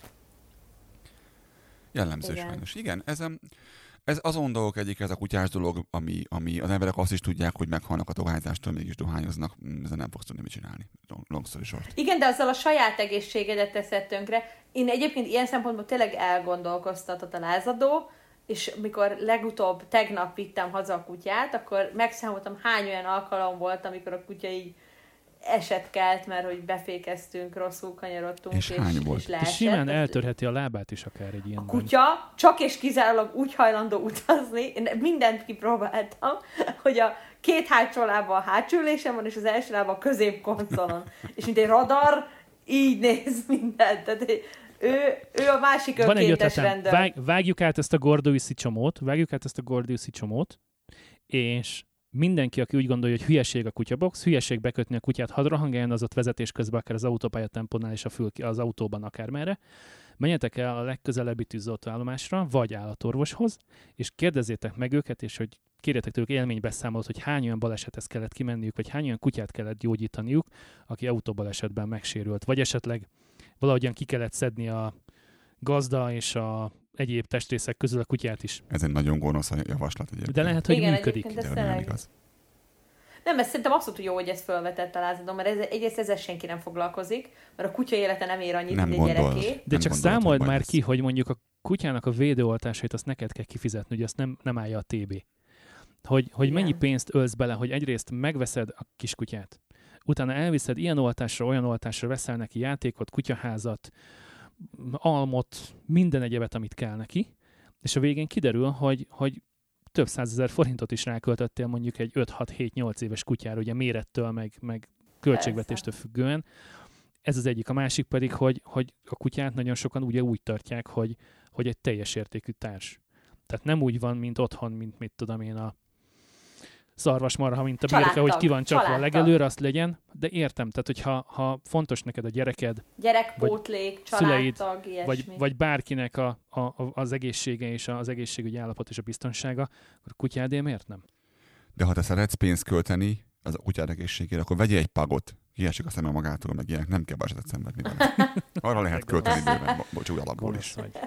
Jellemző igen. sajnos. Igen, ez, ez azon dolgok egyik, ez a kutyás dolog, ami, ami az emberek azt is tudják, hogy meghalnak a dohányzástól, mégis dohányoznak, ezzel nem fogsz tudni mit csinálni. Long story short. Igen, de azzal a saját egészségedet teszed tönkre. Én egyébként ilyen szempontból tényleg elgondolkoztatott a lázadó, és mikor legutóbb tegnap vittem haza a kutyát, akkor megszámoltam, hány olyan alkalom volt, amikor a kutya így eset kelt, mert hogy befékeztünk, rosszul kanyarodtunk, és, és, hány volt? és leesett. És simán eltörheti a lábát is akár egy ilyen. A kutya csak és kizárólag úgy hajlandó utazni, én mindent kipróbáltam, hogy a két hátsó lába a hátsó ülésem van, és az első lába a középkonzolon. És mint egy radar, így néz mindent. Tehát ő, ő a másik önkéntes rendőr. Vág, vágjuk át ezt a gordiuszi csomót, vágjuk át ezt a gordiuszi csomót, és mindenki, aki úgy gondolja, hogy hülyeség a kutyabox, hülyeség bekötni a kutyát hadrahangoljon, az ott vezetés közben, akár az autópálya tempónál és a fül, az autóban akármerre, menjetek el a legközelebbi tűzoltóállomásra, vagy állatorvoshoz, és kérdezzétek meg őket, és hogy kérjetek tőlük élménybeszámolót, hogy hány olyan balesethez kellett kimenniük, vagy hány olyan kutyát kellett gyógyítaniuk, aki autóbalesetben megsérült, vagy esetleg valahogyan ki kellett szedni a gazda és a egyéb testrészek közül a kutyát is. Ez egy nagyon gonosz javaslat egyébként. De lehet, hogy igen, működik. De nem igaz. Nem, ez szerintem abszolút jó, hogy ezt felvetett a lázadó, mert ez, egyrészt ezzel senki nem foglalkozik, mert a kutya élete nem ér annyit, nem mint egy gyereké. De nem csak gondolod, számold hogy már lesz. ki, hogy mondjuk a kutyának a védőoltásait azt neked kell kifizetni, hogy azt nem, nem állja a té bé. Hogy, hogy mennyi pénzt ölsz bele, hogy egyrészt megveszed a kiskutyát, utána elviszed ilyen oltásra, olyan oltásra, veszel neki játékot, kutyaházat, almot, minden egyebet, amit kell neki, és a végén kiderül, hogy, hogy több százezer forintot is ráköltöttél mondjuk egy öt-hat-hét-nyolc éves kutyára, ugye mérettől, meg, meg költségvetéstől függően. Ez az egyik. A másik pedig, hogy, hogy a kutyát nagyon sokan ugye úgy tartják, hogy, hogy egy teljes értékű társ. Tehát nem úgy van, mint otthon, mint mit tudom én a szarvasmarha, mint a birka, hogy ki van csapva a legelőre, azt legyen, de értem, tehát hogyha ha fontos neked a gyereked, gyerekpótlék, családtag, ilyesmi. Vagy, vagy bárkinek a, a, az egészsége és az egészségügyi állapot és a biztonsága, akkor a kutyádé miért nem? De ha te szeretsz pénzt költeni az a kutyád egészségére, akkor vegyél egy pagot. Kiesik a szeme magától, meg ilyenek, nem kell balesetet szenvedni vele. Arra lehet költeni bőven, bocs, úgy alapból is. Vagy.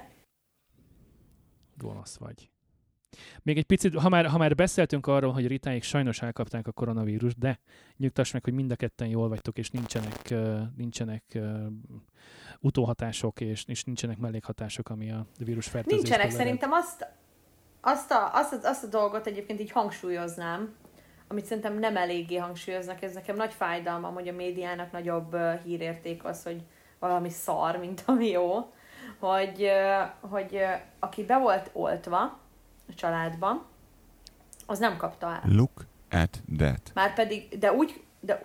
Gonosz vagy. Még egy picit, ha már, ha már beszéltünk arról, hogy Ritáik sajnos elkapták a koronavírust, de nyugtass meg, hogy mind a ketten jól vagytok, és nincsenek, uh, nincsenek uh, utóhatások, és, és nincsenek mellékhatások, ami a vírus fertőzést. Nincsenek, szerintem azt, azt, a, azt, a, azt a dolgot egyébként így hangsúlyoznám, amit szerintem nem eléggé hangsúlyoznak, ez nekem nagy fájdalmam, hogy a médiának nagyobb uh, hírérték az, hogy valami szar, mint ami jó, hogy, uh, hogy uh, aki be volt oltva a családban, az nem kapta el. Look at that. Márpedig, de úgy, de,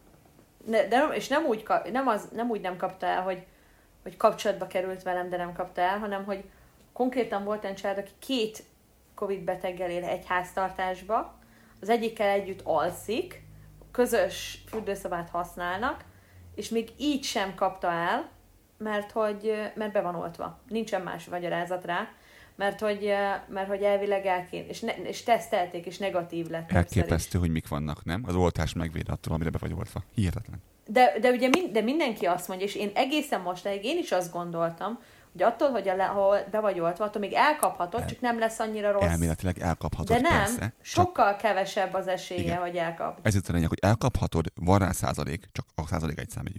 de, de és nem úgy, nem, az, nem úgy nem kapta el, hogy, hogy kapcsolatba került velem, de nem kapta el, hanem hogy konkrétan volt egy család, aki két Covid beteggel él egy háztartásba, az egyikkel együtt alszik, közös fürdőszobát használnak, és még így sem kapta el, mert hogy mert be van oltva. Nincsen más magyarázat rá, mert hogy, mert hogy elvileg elként, és, ne, és tesztelték, és negatív lett. Elképesztő, hogy mik vannak, nem? Az oltás megvéd attól, amire be vagy oltva. Hihetetlen. De, de ugye mind, de mindenki azt mondja, és én egészen mostanig én is azt gondoltam, hogy attól, hogy a, ahol be vagy oltva, attól még elkaphatod, El, csak nem lesz annyira rossz. Elméletileg elkaphatod, de nem, persze, sokkal csak kevesebb az esélye, igen, hogy elkap. Ez itt a lényeg, hogy elkaphatod, van rá százalék, csak a százalék egy számjegyű.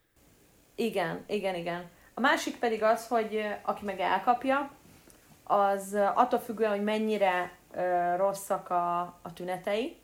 Igen, igen, igen. A másik pedig az, hogy aki meg elkapja, az attól függően, hogy mennyire uh, rosszak a, a tünetei,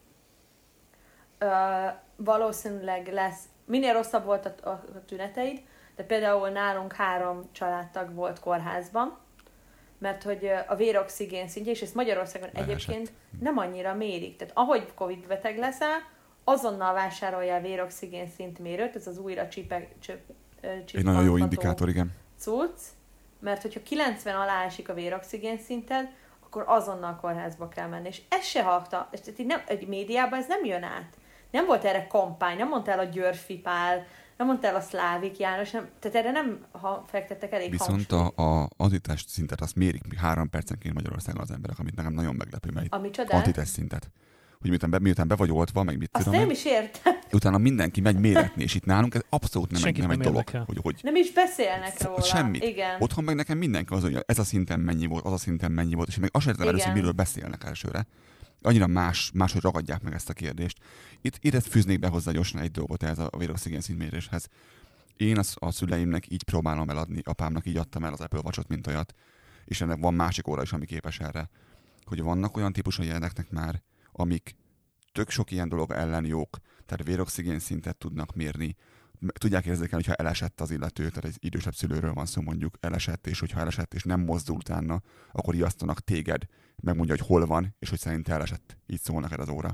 uh, valószínűleg lesz, minél rosszabb volt a, a, a tüneteid, de például nálunk három családtag volt kórházban, mert hogy a véroxigén szintje, és ezt Magyarországon Leesett. Egyébként nem annyira mérik. Tehát ahogy Covid beteg leszel, azonnal vásárolja véroxigén szintmérőt, ez az újra csipeg, csip, csip, egy nagyon jó indikátor, igen. Cucc, mert hogyha kilencven alá esik a véroxigén szinted, akkor azonnal kórházba kell menni. És ez se halkta, és nem, egy médiában ez nem jön át. Nem volt erre kampány, nem mondta el a Györfi Pál, nem mondta el a Szlávik János, nem, tehát erre nem ha fektettek elég hangsúlyt. Viszont a, a antitest szintet azt mérik még három percenként Magyarországon az emberek, amit nekem nagyon meglepő, mert antitest szintet. Hogy miután be, miután be vagy oltva, meg mit azt tudom. Azt nem is értem. Utána mindenki megy méretni, és itt nálunk ez abszolút nem, egy, nem, nem egy dolog. Hogy, hogy nem is beszélnek róla. Semmit. Igen. Otthon meg nekem mindenki az, hogy ez a szinten mennyi volt, az a szinten mennyi volt, és még azt sem értem először, hogy miről beszélnek elsőre. Annyira más, máshogy ragadják meg ezt a kérdést. Itt ide fűznék be hozzá gyorsan egy dolgot ez a véroxigén szintméréshez. Én az, a szüleimnek így próbálom eladni, apámnak így adtam el az Apple Watch-ot, mint olyat, és ennek van másik óra is, ami képes erre, hogy vannak olyan típusú jeleneknek már, amik tök sok ilyen dolog ellen jók, tehát véroxigén szintet tudnak mérni, tudják érzékelni, hogyha elesett az illető, tehát egy idősebb szülőről van szó, mondjuk elesett, és hogyha elesett, és nem mozdul utána, akkor riasztanak téged, megmondja, hogy hol van, és hogy szerint elesett. Így szól neked az óra.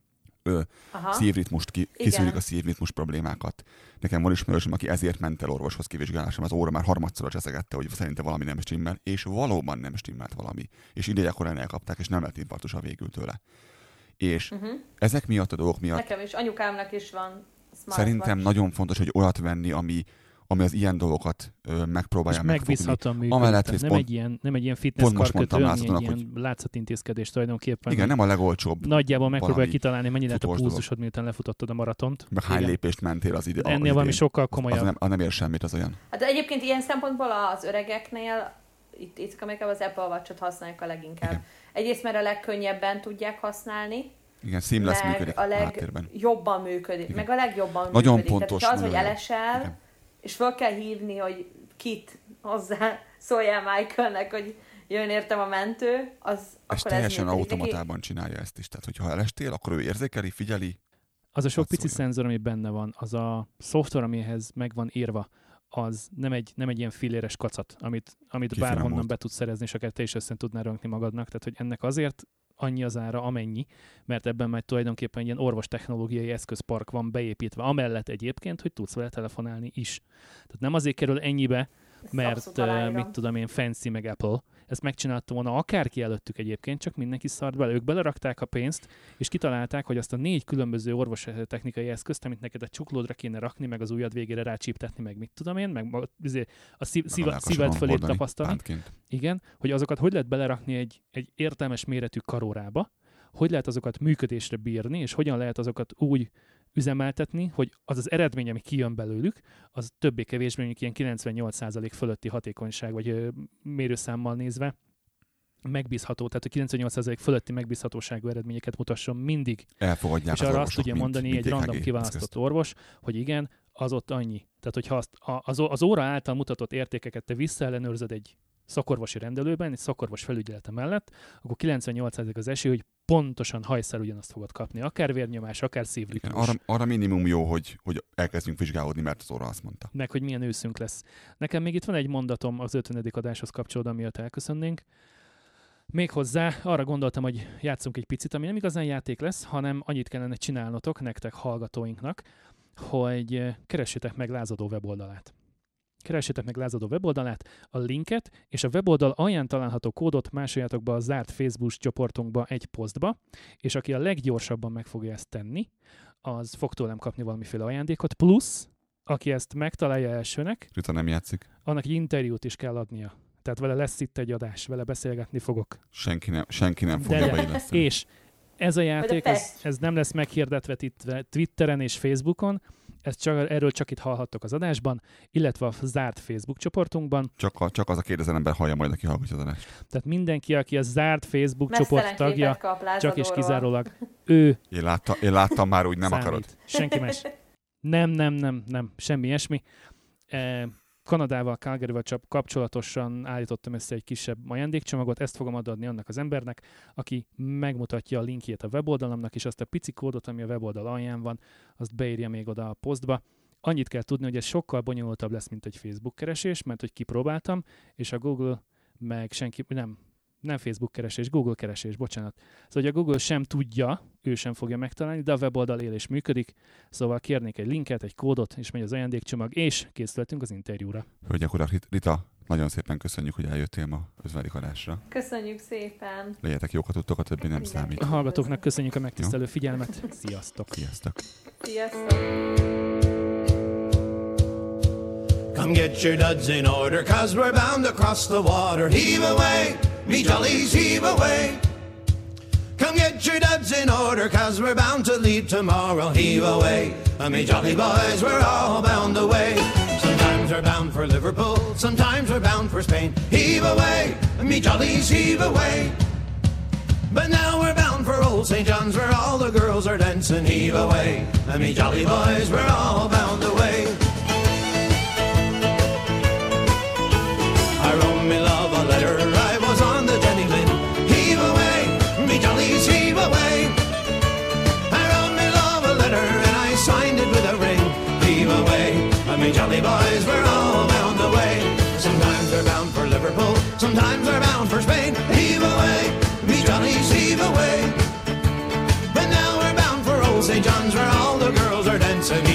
Ö, szívritmust ki, kiszűrik a szívritmus problémákat. Nekem van ismerősöm, aki ezért ment el orvoshoz kivizsgálásra, az óra már harmadszor cseszegette, hogy szerinte valami nem stimmel, és valóban nem stimmelt valami. És idejekorán elkapták, és nem lett infarktusa végül tőle. És uh-huh. ezek miatt a dolgok miatt... Nekem is, anyukámnak is van smart Szerintem watch. Nagyon fontos, hogy olyat venni, ami, ami az ilyen dolgokat ö, megpróbálja megfogni. Megbízhatóan működik. Nem, pont, egy ilyen, nem egy ilyen fitness karkötő, egy ilyen hogy... látszatintézkedés tulajdonképpen. Igen, nem a legolcsóbb. Nagyjából megpróbálja kitalálni, mennyi lett a pulzusod, miután lefutottad a maratont. Meg hány lépést mentél az ide. Ennél valami sokkal komolyabb. Az, az, nem, az nem ér semmit, az olyan. Hát egyébként ilyen szempontból az öregeknél itt, itt Amerikában az Apple Watch-ot használják a leginkább. Igen. Egyrészt, mert a legkönnyebben tudják használni. Igen, seamless működik a legjobban működik. Igen. Meg a legjobban Nagyon működik. Pontos, Tehát az, hogy elesel, igen. és fel kell hívni, hogy kit hozzá szóljál Michaelnek, hogy jön értem a mentő, az és akkor teljesen ez automatában neki... csinálja ezt is. Tehát, hogyha elestél, akkor ő érzékeli, figyeli. Az a sok pici szólja. Szenzor, ami benne van, az a szoftver, amihez meg van írva, az nem egy, nem egy ilyen filléres kacat, amit, amit bárhonnan volt. Be tudsz szerezni, és akár te is össze tudnál rönkni magadnak. Tehát, hogy ennek azért annyi az ára, amennyi, mert ebben már tulajdonképpen ilyen orvostechnológiai eszközpark van beépítve, amellett egyébként, hogy tudsz vele telefonálni is. Tehát nem azért kerül ennyibe, mert uh, mit tudom én, fancy meg Apple. ezt megcsinálta volna akárki előttük egyébként, csak mindenki szart bele. Ők belerakták a pénzt, és kitalálták, hogy azt a négy különböző orvos technikai eszközt, amit neked a csuklódra kéne rakni, meg az ujjad végére rácsíptetni, meg mit tudom én, meg a szív, szív, szíved fölé tapasztalni. Igen, hogy azokat hogy lehet belerakni egy, egy értelmes méretű karórába, hogy lehet azokat működésre bírni, és hogyan lehet azokat úgy üzemeltetni, hogy az az eredmény, ami kijön belőlük, az többé-kevésbé mondjuk ilyen kilencvennyolc százalék fölötti hatékonyság, vagy ö, mérőszámmal nézve megbízható, tehát a kilencvennyolc százalék fölötti megbízhatóságú eredményeket mutasson mindig. Elfogadják. És arra azt tudja mondani mint, egy mint random kiválasztott eszközt. Orvos, hogy igen, az ott annyi. Tehát, hogyha azt, az, az óra által mutatott értékeket te visszaellenőrzöd egy szakorvosi rendelőben, egy szakorvos felügyelete mellett, akkor kilencvennyolc százalék az esély, hogy pontosan hajszál ugyanazt fogod kapni. Akár vérnyomás, akár szívritmus. Arra, arra minimum jó, hogy, hogy elkezdjünk vizsgálódni, mert az óra azt mondta. Meg, hogy milyen őszünk lesz. Nekem még itt van egy mondatom az ötvenedik adáshoz kapcsolódóan, miatt elköszönnénk. Méghozzá arra gondoltam, hogy játszunk egy picit, ami nem igazán játék lesz, hanem annyit kellene csinálnotok nektek, hallgatóinknak, hogy keressétek meg Lázadó weboldalát. Keressétek meg Lázadó weboldalát, a linket, és a weboldal alján található kódot másoljátok be a zárt Facebook csoportunkba egy posztba, és aki a leggyorsabban meg fogja ezt tenni, az fog tőlem kapni valamiféle ajándékot, plusz, aki ezt megtalálja elsőnek, Rita nem játszik. Annak egy interjút is kell adnia. Tehát vele lesz itt egy adás, vele beszélgetni fogok. Senki nem, senki nem fogja beilleszteni. És ez a játék, ez, ez nem lesz meghirdetve Twitteren és Facebookon, ezt csak, erről csak itt hallhattok az adásban, illetve a zárt Facebook csoportunkban. Csak, a, csak az a kérdező ember hallja majd, aki hallgatja az adást. Tehát mindenki, aki a zárt Facebook Mesztelen csoport tagja, csak és kizárólag ő. Én, látta, én láttam már, úgy nem számít. Akarod. Senki más. Nem, nem, nem, nem, semmi ilyesmi. E, Kanadával, Calgaryval kapcsolatosan állítottam össze egy kisebb ajándékcsomagot, ezt fogom adni annak az embernek, aki megmutatja a linkjét a weboldalamnak, és azt a pici kódot, ami a weboldal alján van, azt beírja még oda a posztba. Annyit kell tudni, hogy ez sokkal bonyolultabb lesz, mint egy Facebook keresés, mert hogy kipróbáltam, és a Google meg senki, nem, nem Facebook keresés, Google keresés, bocsánat. Szóval, hogy a Google sem tudja, ő sem fogja megtalálni, de a weboldal él és működik, szóval kérnék egy linket, egy kódot, és megy az ajándékcsomag, és készültünk az interjúra. Hölgyek, urak, Rita, nagyon szépen köszönjük, hogy eljöttél ma ötvenedik adásra. Köszönjük szépen! Legyetek jók, ha tudtok, a többi nem számít. A hallgatóknak köszönjük a megtisztelő figyelmet. Sziasztok! Sziasztok! Sziasztok! Come get your duds in order, cause we're bound to cross the water. Heave away, me jollies, heave away. Come get your duds in order, cause we're bound to leave tomorrow. Heave away, me jolly boys, we're all bound away. Sometimes we're bound for Liverpool, sometimes we're bound for Spain. Heave away, me jollies, heave away. But now we're bound for old Saint John's, where all the girls are dancing. Heave away, me jolly boys, we're all bound away. I wrote me love a letter, I was on the Jenny Lynn. Heave away, me jollies, heave away. I wrote me love a letter and I signed it with a ring. Heave away, me jolly boys, we're all bound away. Sometimes we're bound for Liverpool, sometimes we're bound for Spain. Heave away, me jollies, heave away. But now we're bound for old Saint John's, where all the girls are dancing.